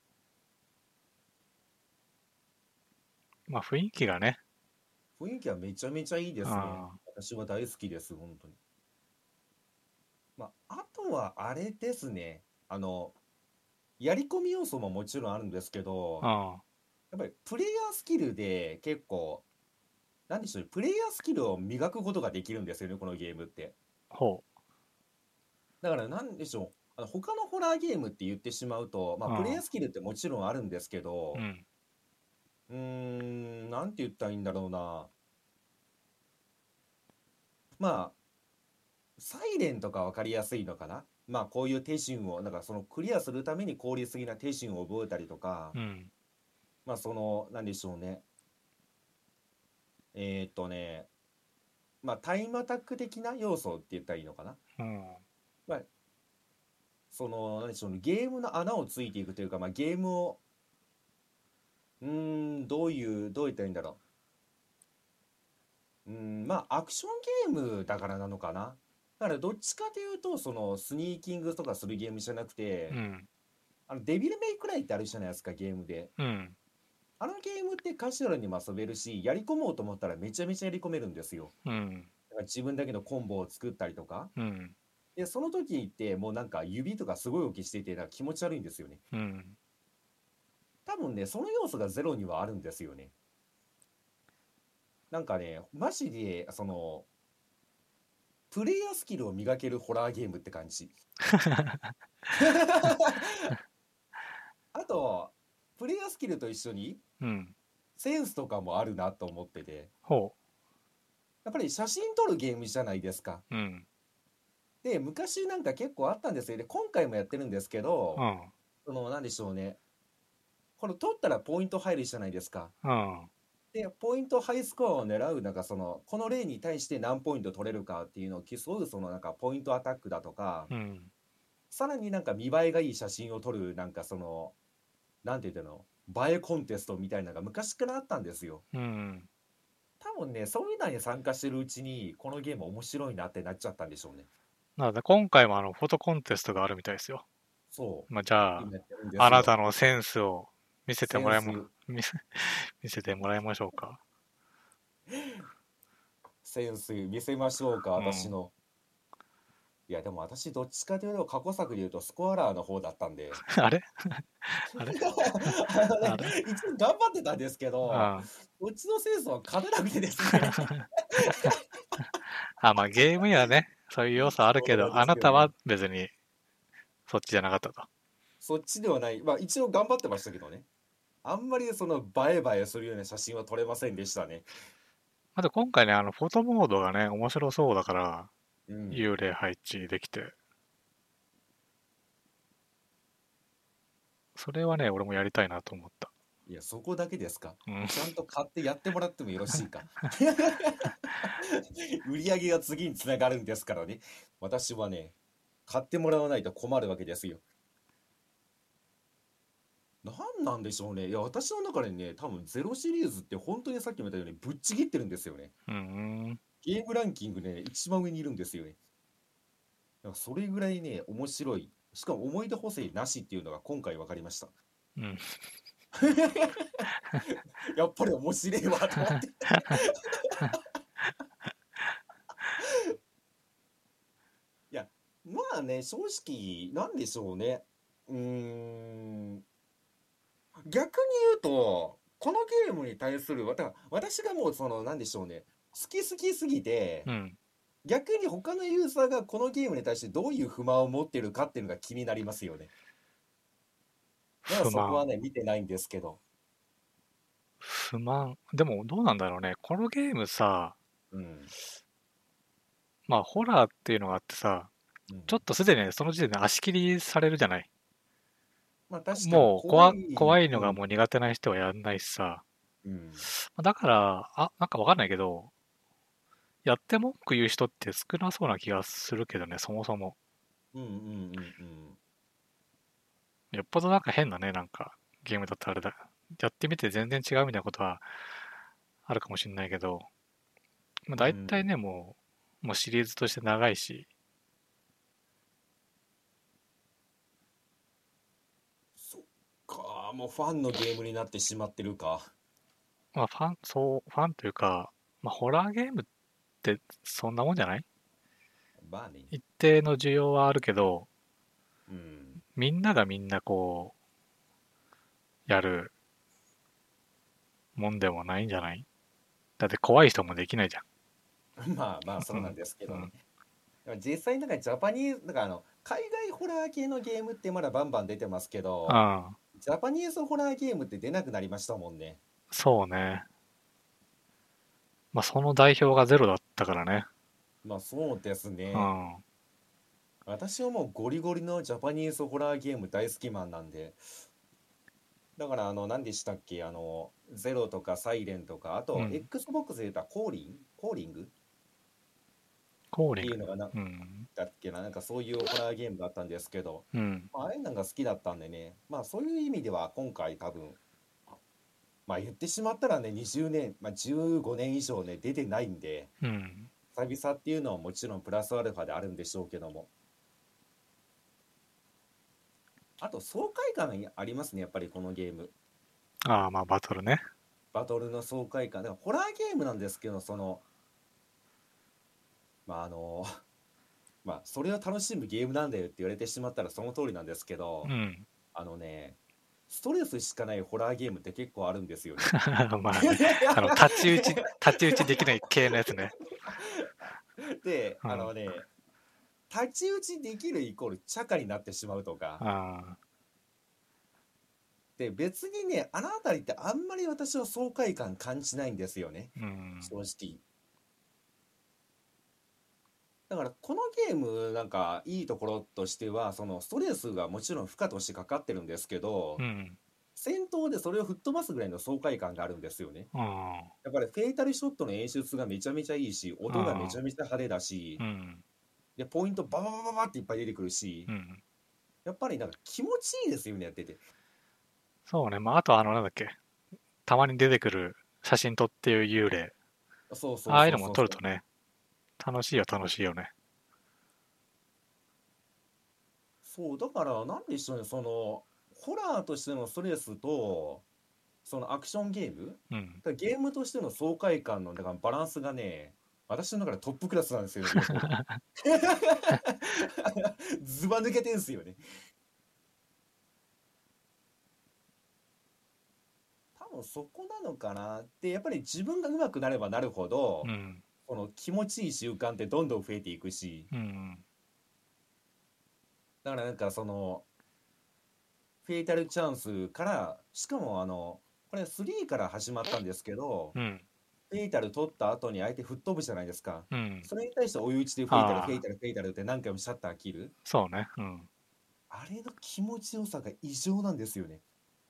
まあ雰囲気がね、 うん、雰囲気はめちゃめちゃいいですね。 あ私は大好きです、本当に。まあ、あとはあれですね。あの、やり込み要素ももちろんあるんですけど、 あ、あやっぱりプレイヤースキルで結構、なんでしょうね、プレイヤースキルを磨くことができるんですよね、このゲームって。 あ、ほだからなんでしょう、あの他のホラーゲームって言ってしまうと、まあ、 う、 プレイヤーあスキルってもちろんあるんですけど、 うん、 うーん、なんて言ったらいいんだろうな。まあ、サイレンとか分かりやすいのかな。まあ、こういう手順を、なんかそのクリアするために効率的な手順を覚えたりとか、 うん、 まあ、その、なんでしょうね。えーっとね、まあ、タイムアタック的な要素って言ったらいいのかな。 うん、 まあ、その、なんでしょうね、ゲームの穴をついていくというか、まあ、ゲームを、うーん、どういう、どう言ったらいいんだろう。うーん、まあ、アクションゲームだからなのかな。だから、どっちかというと、その、スニーキングとかするゲームじゃなくて、 うん、 あの、デビルメイクライってあるじゃないですか、ゲームで。 うん、 あのゲームってカジュアルにも遊べるし、やり込もうと思ったらめちゃめちゃやり込めるんですよ。 うん、 だから自分だけのコンボを作ったりとか。 うん、 で、その時ってもうなんか指とかすごい動きしていて、なんか気持ち悪いんですよね。 うん。 多分ね、その要素がゼロにはあるんですよね。なんかね、マジで、その、プレイヤースキルを磨けるホラーゲームって感じ。あと、プレイヤースキルと一緒にうん。 センスとかもあるなと思ってて、 ほやっぱり写真撮るゲームじゃないですか。 う。うん。 で、昔なんか結構あったんですよ。で、今回もやってるんですけど、 うん。 その、なんでしょうね。これ取ったらポイント入るじゃないですか。 うん。 で、ポイントハイスコアを狙う、なんかその、この例に対して何ポイント取れるかっていうのを競う、そのなんかポイントアタックだとか、 うん。 さらになんか見栄えがいい写真を撮る、なんかその、なんて言うの、映えコンテストみたいなのが昔からあったんですよ。 うん。 多分ね、そういうのに参加してるうちに、このゲーム面白いなってなっちゃったんでしょうね。 なので、今回もあの、フォトコンテストがあるみたいですよ。 そまあ、じゃう、 あ、 今やってるんであなたすよ。 のセンスを見せてセンス、 もらいま、見せ、見せてもらいましょうか。 センス見せましょうか、 うん。 私の。いや、でも私、どっちかというと、過去作で言うと、スコアラーの方だったんで。 あれあれあのね、 あれ一応頑張ってたんですけど、 あこっちのセンスは勝てなくてですね。 あ、まあゲームにはね、そういう要素あるけど、 そうなんであなたはすよね。 別にそっちじゃなかったと。 そっちではない。まあ、一応頑張ってましたけどね。あんまりその映え映えするような写真は撮れませんでしたね。 あと今回ね、あの、フォトモードがね、面白そうだから、 うん。 幽霊配置できて、それはね、俺もやりたいなと思った。 いや、そこだけですか。 うん。 ちゃんと買ってやってもらってもよろしいか。売り上げが次につながるんですからね。私はね、買ってもらわないと困るわけですよ。なんなんでしょうね。いや、私の中でね、多分ゼロシリーズって本当にさっきも言ったようにぶっちぎってるんですよね。 うん。 ゲームランキングね、一番上にいるんですよね。だからそれぐらいね、面白い。しかも思い出補正なしっていうのが今回分かりました。 うん。 やっぱり面白いわと思って。いや、まあね、正直、なんでしょうね。うーん、逆に言うと、このゲームに対する、わた私がもうその、なんでしょうね、好き好きすぎて、 うん。 逆に他のユーザーがこのゲームに対してどういう不満を持ってるかっていうのが気になりますよね。だから不満。 そこはね、見てないんですけど。 不満。でもどうなんだろうね。このゲームさ、 うん。 まあホラーっていうのがあってさ、 うん。 ちょっとすでにねその時点で足切りされるじゃない。 まあ確かにもう怖、 怖い。 怖いのうん。 がもう苦手な人はやんないしさ。 うん。 だから、あ、なんかわかんないけど、やって文句言う人って少なそうな気がするけどね、そもそも。 うんうんうんうん。 よっぽどなんか変なね、なんかゲームだったらあれだ。やってみて全然違うみたいなことはあるかもしれないけど、まあ、 うん。 大体ね、もう、もうシリーズとして長いし、 あ、もうファンのゲームになってしまってるか。 まあ、ファン、そう、ファンというか、まあ、ホラーゲームってそんなもんじゃない？ まあね。 一定の需要はあるけど、 うん。 みんながみんなこう、やるもんでもないんじゃない？だって怖い人もできないじゃまあまあそうなんん。 ですけどね。 うん。 でも実際なんかジャパニーズ、なんかあの、海外ホラー系のゲームってまだバンバン出てますけど、 うん。 ジャパニーズホラーゲームって出なくなりましたもんね。 そうね。まあ、その代表がゼロだったからね。 まあそうですね。 うん。 私はもうゴリゴリのジャパニーズホラーゲーム大好きマンなんで、だからあの、何でしたっけ、あの、ゼロとかサイレンとか、あとうん。 Xbox で言ったらコーリンコーリングっコーリング。 ていうのがな、 うん。 だっけな、なんかそういうホラーゲームがあったんですけど、 うん。 まあ、ああいうのが好きだったんでね、まあそういう意味では今回多分、まあ言ってしまったらね、にじゅうねん、まあじゅうごねん以上ね、出てないんで、 うん。 久々っていうのはもちろんプラスアルファであるんでしょうけども、あと爽快感ありますね、やっぱりこのゲーム。 ああ、まあ、バトルね。 バトルの爽快感。だからホラーゲームなんですけど、その、まああの、まあそれを楽しむゲームなんだよって言われてしまったらその通りなんですけど、 うん。 あのね、ストレスしかないホラーゲームって結構あるんですよね。 まあね。あの、太刀打ち、太刀打ちできない系のやつね。 で、 うん。 あのね、太刀打ちできるイコールチャカになってしまうとか、 ああ。 で、別にね、あのあたりってあんまり私は爽快感感じないんですよね。 うん。 正直。だからこのゲームなんかいいところとしては、そのストレスがもちろん負荷としてかかってるんですけど、 うん。 戦闘でそれを吹っ飛ばすぐらいの爽快感があるんですよね。 うん。 やっぱりフェイタルショットの演出がめちゃめちゃいいし、音がめちゃあめちゃ派手だし、 あ。うん。 で、ポイントバババババっていっぱい出てくるし、 うん。 やっぱりなんか気持ちいいですよね、やってて。 そうね。まあ、あとあの、なんだっけ。たまに出てくる写真撮っていう幽霊。 そうそうああいうのもそうそうそう。 撮るとね、楽しいよ、楽しいよね。 そう、だからなんでしょうね、その、ホラーとしてのストレスと、そのアクションゲーム、 うん。 だからゲームとしての爽快感のだからバランスがね、私の中でトップクラスなんですよね、両方が。ズバ抜けてんすよね。多分そこなのかなって、やっぱり自分が上手くなればなるほど、 うん。 この気持ちいい習慣ってどんどん増えていくし、 うん。 だからなんかその、フェイタルチャンスから、しかもあの、これスリーから始まったんですけど、 うん。 フェイタル取った後に相手吹っ飛ぶじゃないですか。 うん。 それに対して追い打ちでフェイタル、フェイああ、 タル、フェイタルって何回もシャッター切る。 そうね。うん。 あれの気持ちよさが異常なんですよね。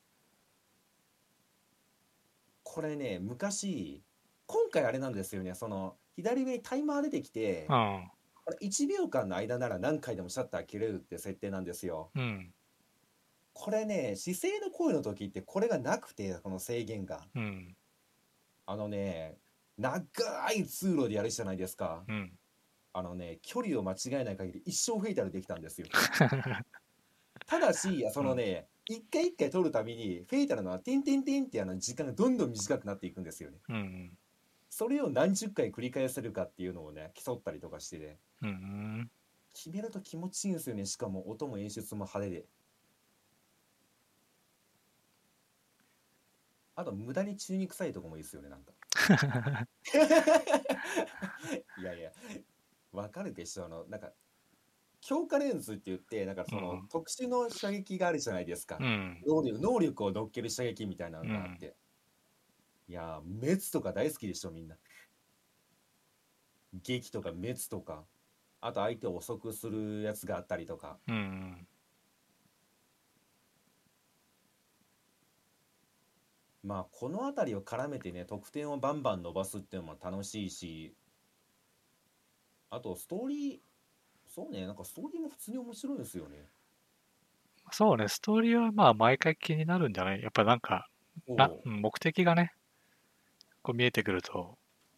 これね、昔、今回あれなんですよね、その、左上にタイマー出てきて、 うん。 これいちびょうかんの間なら何回でもシャッター切れるって設定なんですよ。 うん。 これね、姿勢の行為の時ってこれがなくて、この制限が。 うん。 あのね、長い通路でやるじゃないですか。 うん。 あのね、距離を間違えない限り一生フェイタルできたんですよ。ただし、そうん。 のね、一回一回取るたびに、フェイタルのテンテンテンってあの時間がどんどん短くなっていくんですよね。 うん。 それを何十回繰り返せるかっていうのをね、競ったりとかしてね、 うん。 決めると気持ちいいんですよね。しかも音も演出も派手で。あと、無駄に中に臭いとこもいいですよね、なんか。いやいや、わかるでしょ。あの、なんか、強化レンズって言って、なんかそのうん。 特殊の射撃があるじゃないですか。 うん。 能力、能力を乗っける射撃みたいなのうん。 があって。いやー、滅とか大好きでしょ、みんな。撃とか滅とか。あと相手を遅くするやつがあったりとか。 うん。 まあ、この辺りを絡めてね、得点をバンバン伸ばすっていうのも楽しいし、あとストーリー、そうね、なんかストーリーも普通に面白いですよね。 そうね。ストーリーはまあ毎回気になるんじゃない？やっぱなんか、な、 そう。 うん目的がね、こう見えてくると、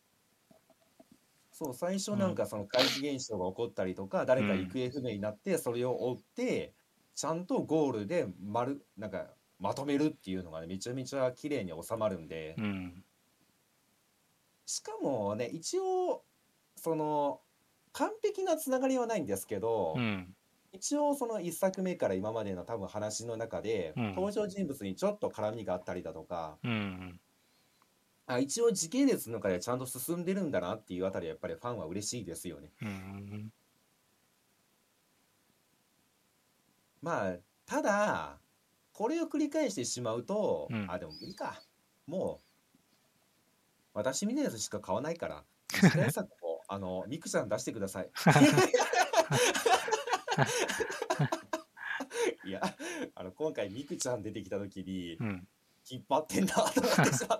そう、最初うん。 なんかその怪奇現象が起こったりとか、誰か行うん。 方不明になって、それを追って、ちゃんとゴールで丸、なんかまとめるっていうのがね、めちゃめちゃ綺麗に収まるんで、 うん。 しかもね、一応、その、完璧なつながりはないんですけど、 うん。 一応そのいっさくめから今までの多分話の中で、 うん。 登場人物にちょっと絡みがあったりだとか、 うん。 あ、一応時系列の中でちゃんと進んでるんだなっていうあたりはやっぱりファンは嬉しいですよね。 うん。 まあ、ただ、これを繰り返してしまうと、 うん。 あ、でも無理か。もう、私みたいなやつしか買わないから、次回作を、あの、ミクちゃん出してください。いや、あの、今回ミクちゃん出てきた時に、 うん。 引っ張ってんなと思ってしまって。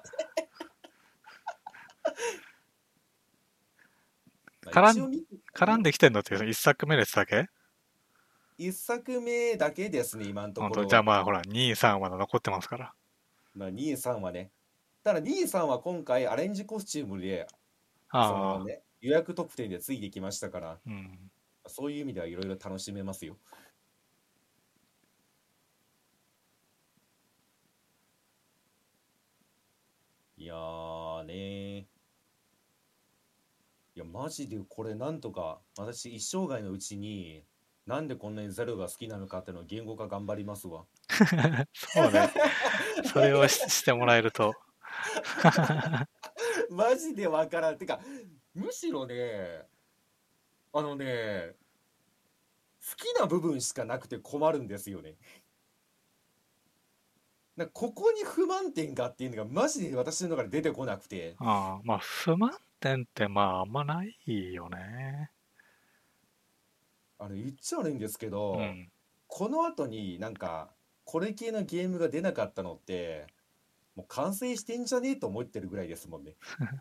まあ、 絡ん、 一応ミク、 絡んできてんのって一作目ですだけ？ 一作目だけですね、今のと本当？ ころは。 じゃあまあほら、に、さんまだ残ってますから。 まあ、に、さんはね。ただ、に、さんは今回アレンジコスチュームで、そのああ。 ね、予約特典でついてきましたから、 うん。 そういう意味ではいろいろ楽しめますよ。いやーねー。いや、マジでこれなんとか、私一生涯のうちに、なんでこんなにザルが好きなのかっていうのを言語化頑張りますわ。 そうね。それをし、してもらえると。 マジでわからん。てか、むしろね、あのね、好きな部分しかなくて困るんですよね。なんかここに不満点がっていうのがマジで私の中で出てこなくて、 ああ、まあ不満点ってまああんまないよね。 あの言っちゃ悪いんですけど、 うん。 この後になんか、これ系のゲームが出なかったのって、もう完成してんじゃねえと思ってるぐらいですもんね。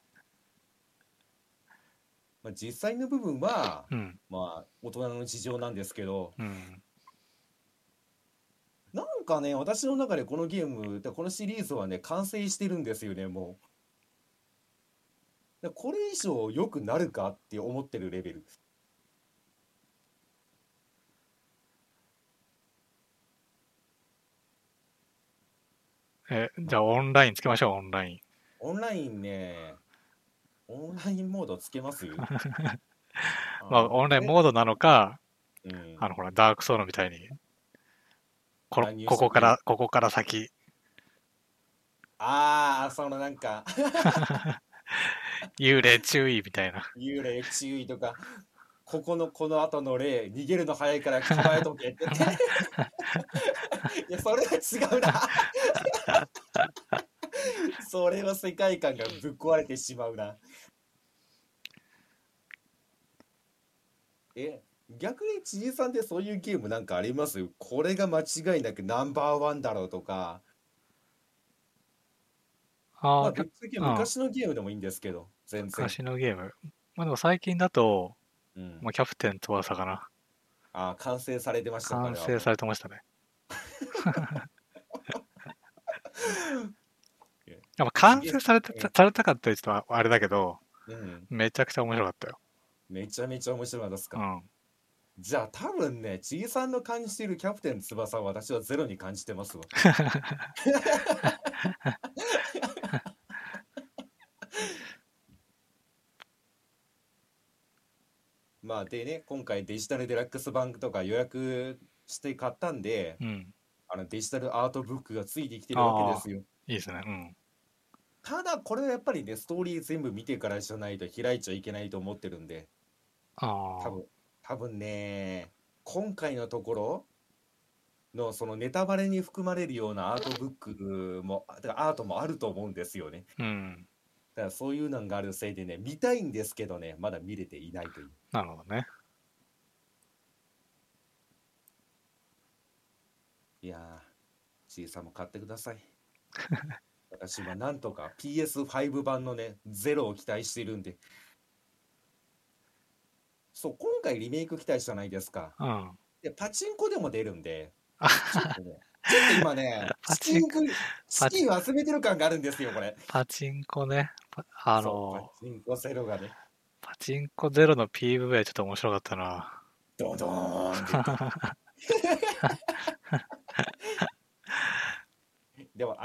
まあ、実際の部分は、 うん。 まあ、大人の事情なんですけど、 うん。 なんかね、私の中でこのゲーム、でこのシリーズはね、完成してるんですよね、もう。でこれ以上良くなるかって思ってるレベル。 え、じゃあまあ、 オンラインつけましょう、オンライン。 オンラインね、オンラインモードつけますまああー、 オンラインこれ、 モードなのか、 うん、 あのほら、ダークソウルみたいに、この、 乱入してくれる。 ここから、ここから先、 ああ、そのなんか幽霊注意みたいな。 幽霊注意とか、ここのこの後の霊、逃げるの早いから構えとけって言って。いや、それは違うな。それは世界観がぶっ壊れてしまうな。え、逆に知事さんってそういうゲームなんかあります？これが間違いなくナンバーワンだろうとか。 ああ、きゃまあぶっちゃけうん、 昔のゲームでもいいんですけど、全然。 昔のゲーム。まあでも最近だと、 うん。 まあ、キャプテン翼かな。 ああ、完成されてましたか、あ完成されはもれてましたね。 う。えやっぱすげえ。 完成されてた、されたかってちょっとあれだけど、 うん。 めちゃくちゃ面白かったよ。 めちゃめちゃ面白かったですか。 うん。 じゃあ多分ね、ちいさんの感じているキャプテン翼は私はゼロに感じてますわ。まあでね、今回デジタルデラックス版とか予約して買ったんで、 うん。 あのデジタルアートブックがついてきてるわけでああ、 すよ。 いいですね。うん。 ただこれはやっぱりね、ストーリー全部見てからじゃないと開いちゃいけないと思ってるんで、多あ分、多分ね、今回のところのそのネタバレに含まれるようなアートブックも、てかアートもあると思うんですよね。 あ、うん。 だからそういうのがあるせいでね、見たいんですけどね、まだ見れていないという。 なるほどね。 いやー、ちいさんも買ってください。私はなんとか ピーエスファイブ 版のね、ゼロを期待しているんで。そう、今回リメイク期待じゃないですか。 うん。 で、パチンコでも出るんで、ちょっあ、 とね、ちょっと今ね、 パチンコ、 資金く、資パチ、 金を集めてる感があるんですよ、これ。 パチンコね。パあそう、パの、 チンコセロがね、 パチンコゼロの ピーブイ はちょっと面白かったな。 ドドーンって言って。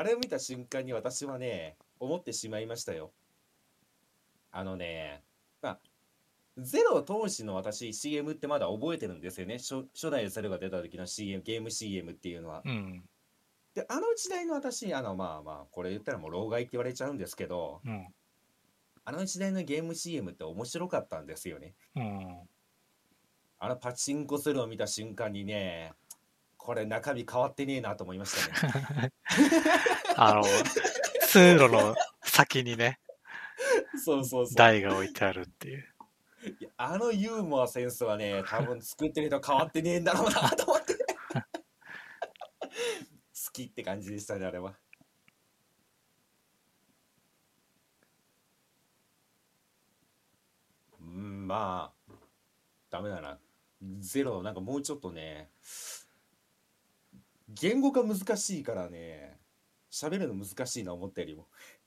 れを見た瞬間に私はね、思ってしまいましたよ。あのね、まあ、ゼロ当時の私 シーエム ってまだ覚えてるんですよね。初、初代ゼロが出た時の シーエム、ゲーム シーエム っていうのは。 うん。 で、あの時代の私、あの、まあまあ、これ言ったらもう老害って言われちゃうんですけど、 うん。 あの時代のゲーム シーエム って面白かったんですよね。 うん。 あのパチンコゼロを見た瞬間にね、これ中身変わってねえなと思いましたね。 あの、通路の先にね、 そうそうそ台が置いてあるっていう。 う。いや、あのユーモアセンスはね、多分作ってる人変わってねえんだろうなと思って。好きって感じでしたね、あれは。うん、まあ、ダメだな。ゼロ、なんかもうちょっとね、言語化難しいからね、喋るの難しいな、思ったよりも。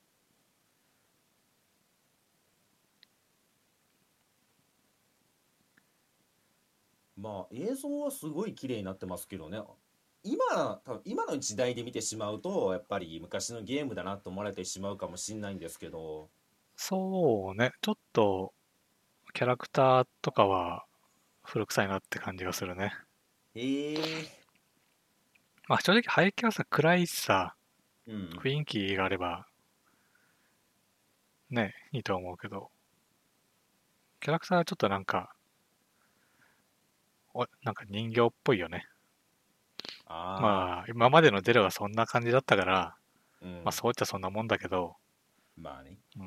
まあ、映像はすごい綺麗になってますけどね。今、多分今の時代で見てしまうと、やっぱり昔のゲームだなと思われてしまうかもしれないんですけど、 そうね、ちょっとキャラクターとかは古臭いなって感じがするね。 ええまあ正直背景はさ、暗いしさ、 ー、うん。 雰囲気があればね、いいと思うけど、キャラクターはちょっとなんか、おなんか人形っぽいよね。 ああ、 まあ、今までのゼロはそんな感じだったから、まあうん。 そういったそんなもんだけど、 まあね。 うん。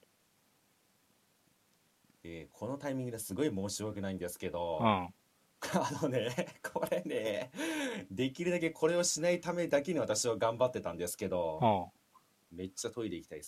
えーこのタイミングですごい申し訳ないんですけど、 うん。 あのね、これね、できるだけこれをしないためだけに私は頑張ってたんですけど、 うん。 めっちゃトイレ行きたいです。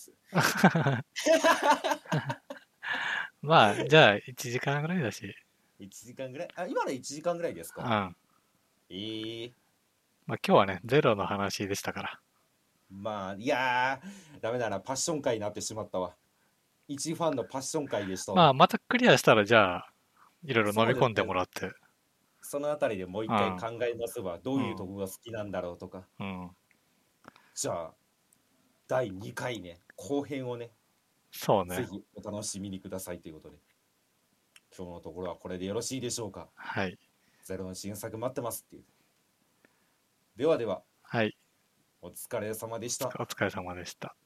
まあ、じゃあいちじかんぐらいだし、 いちじかんぐらいあ、今のいちじかんぐらいですか？ うん。まあえー、 今日はね、ゼロの話でしたから。 まあ、いやー、ダメだな、パッション会になってしまったわ。一ファンのパッション会でしたわ。 まあ、またクリアしたらじゃあ、いろいろ飲み込んでそうですね。 もらって。 そのあたりでもう一回うん。 考えますわ。どういうとうん。 こが好きなんだろうとか。 うん。 じゃあ、だいにかいね、後編をね、 そうね。 ぜひお楽しみにくださいということで、今日のところはこれでよろしいでしょうか。 はい。 ゼロの新作待ってますっていう。ではでは、 はい。 お疲れ様でした。 お疲れ様でした。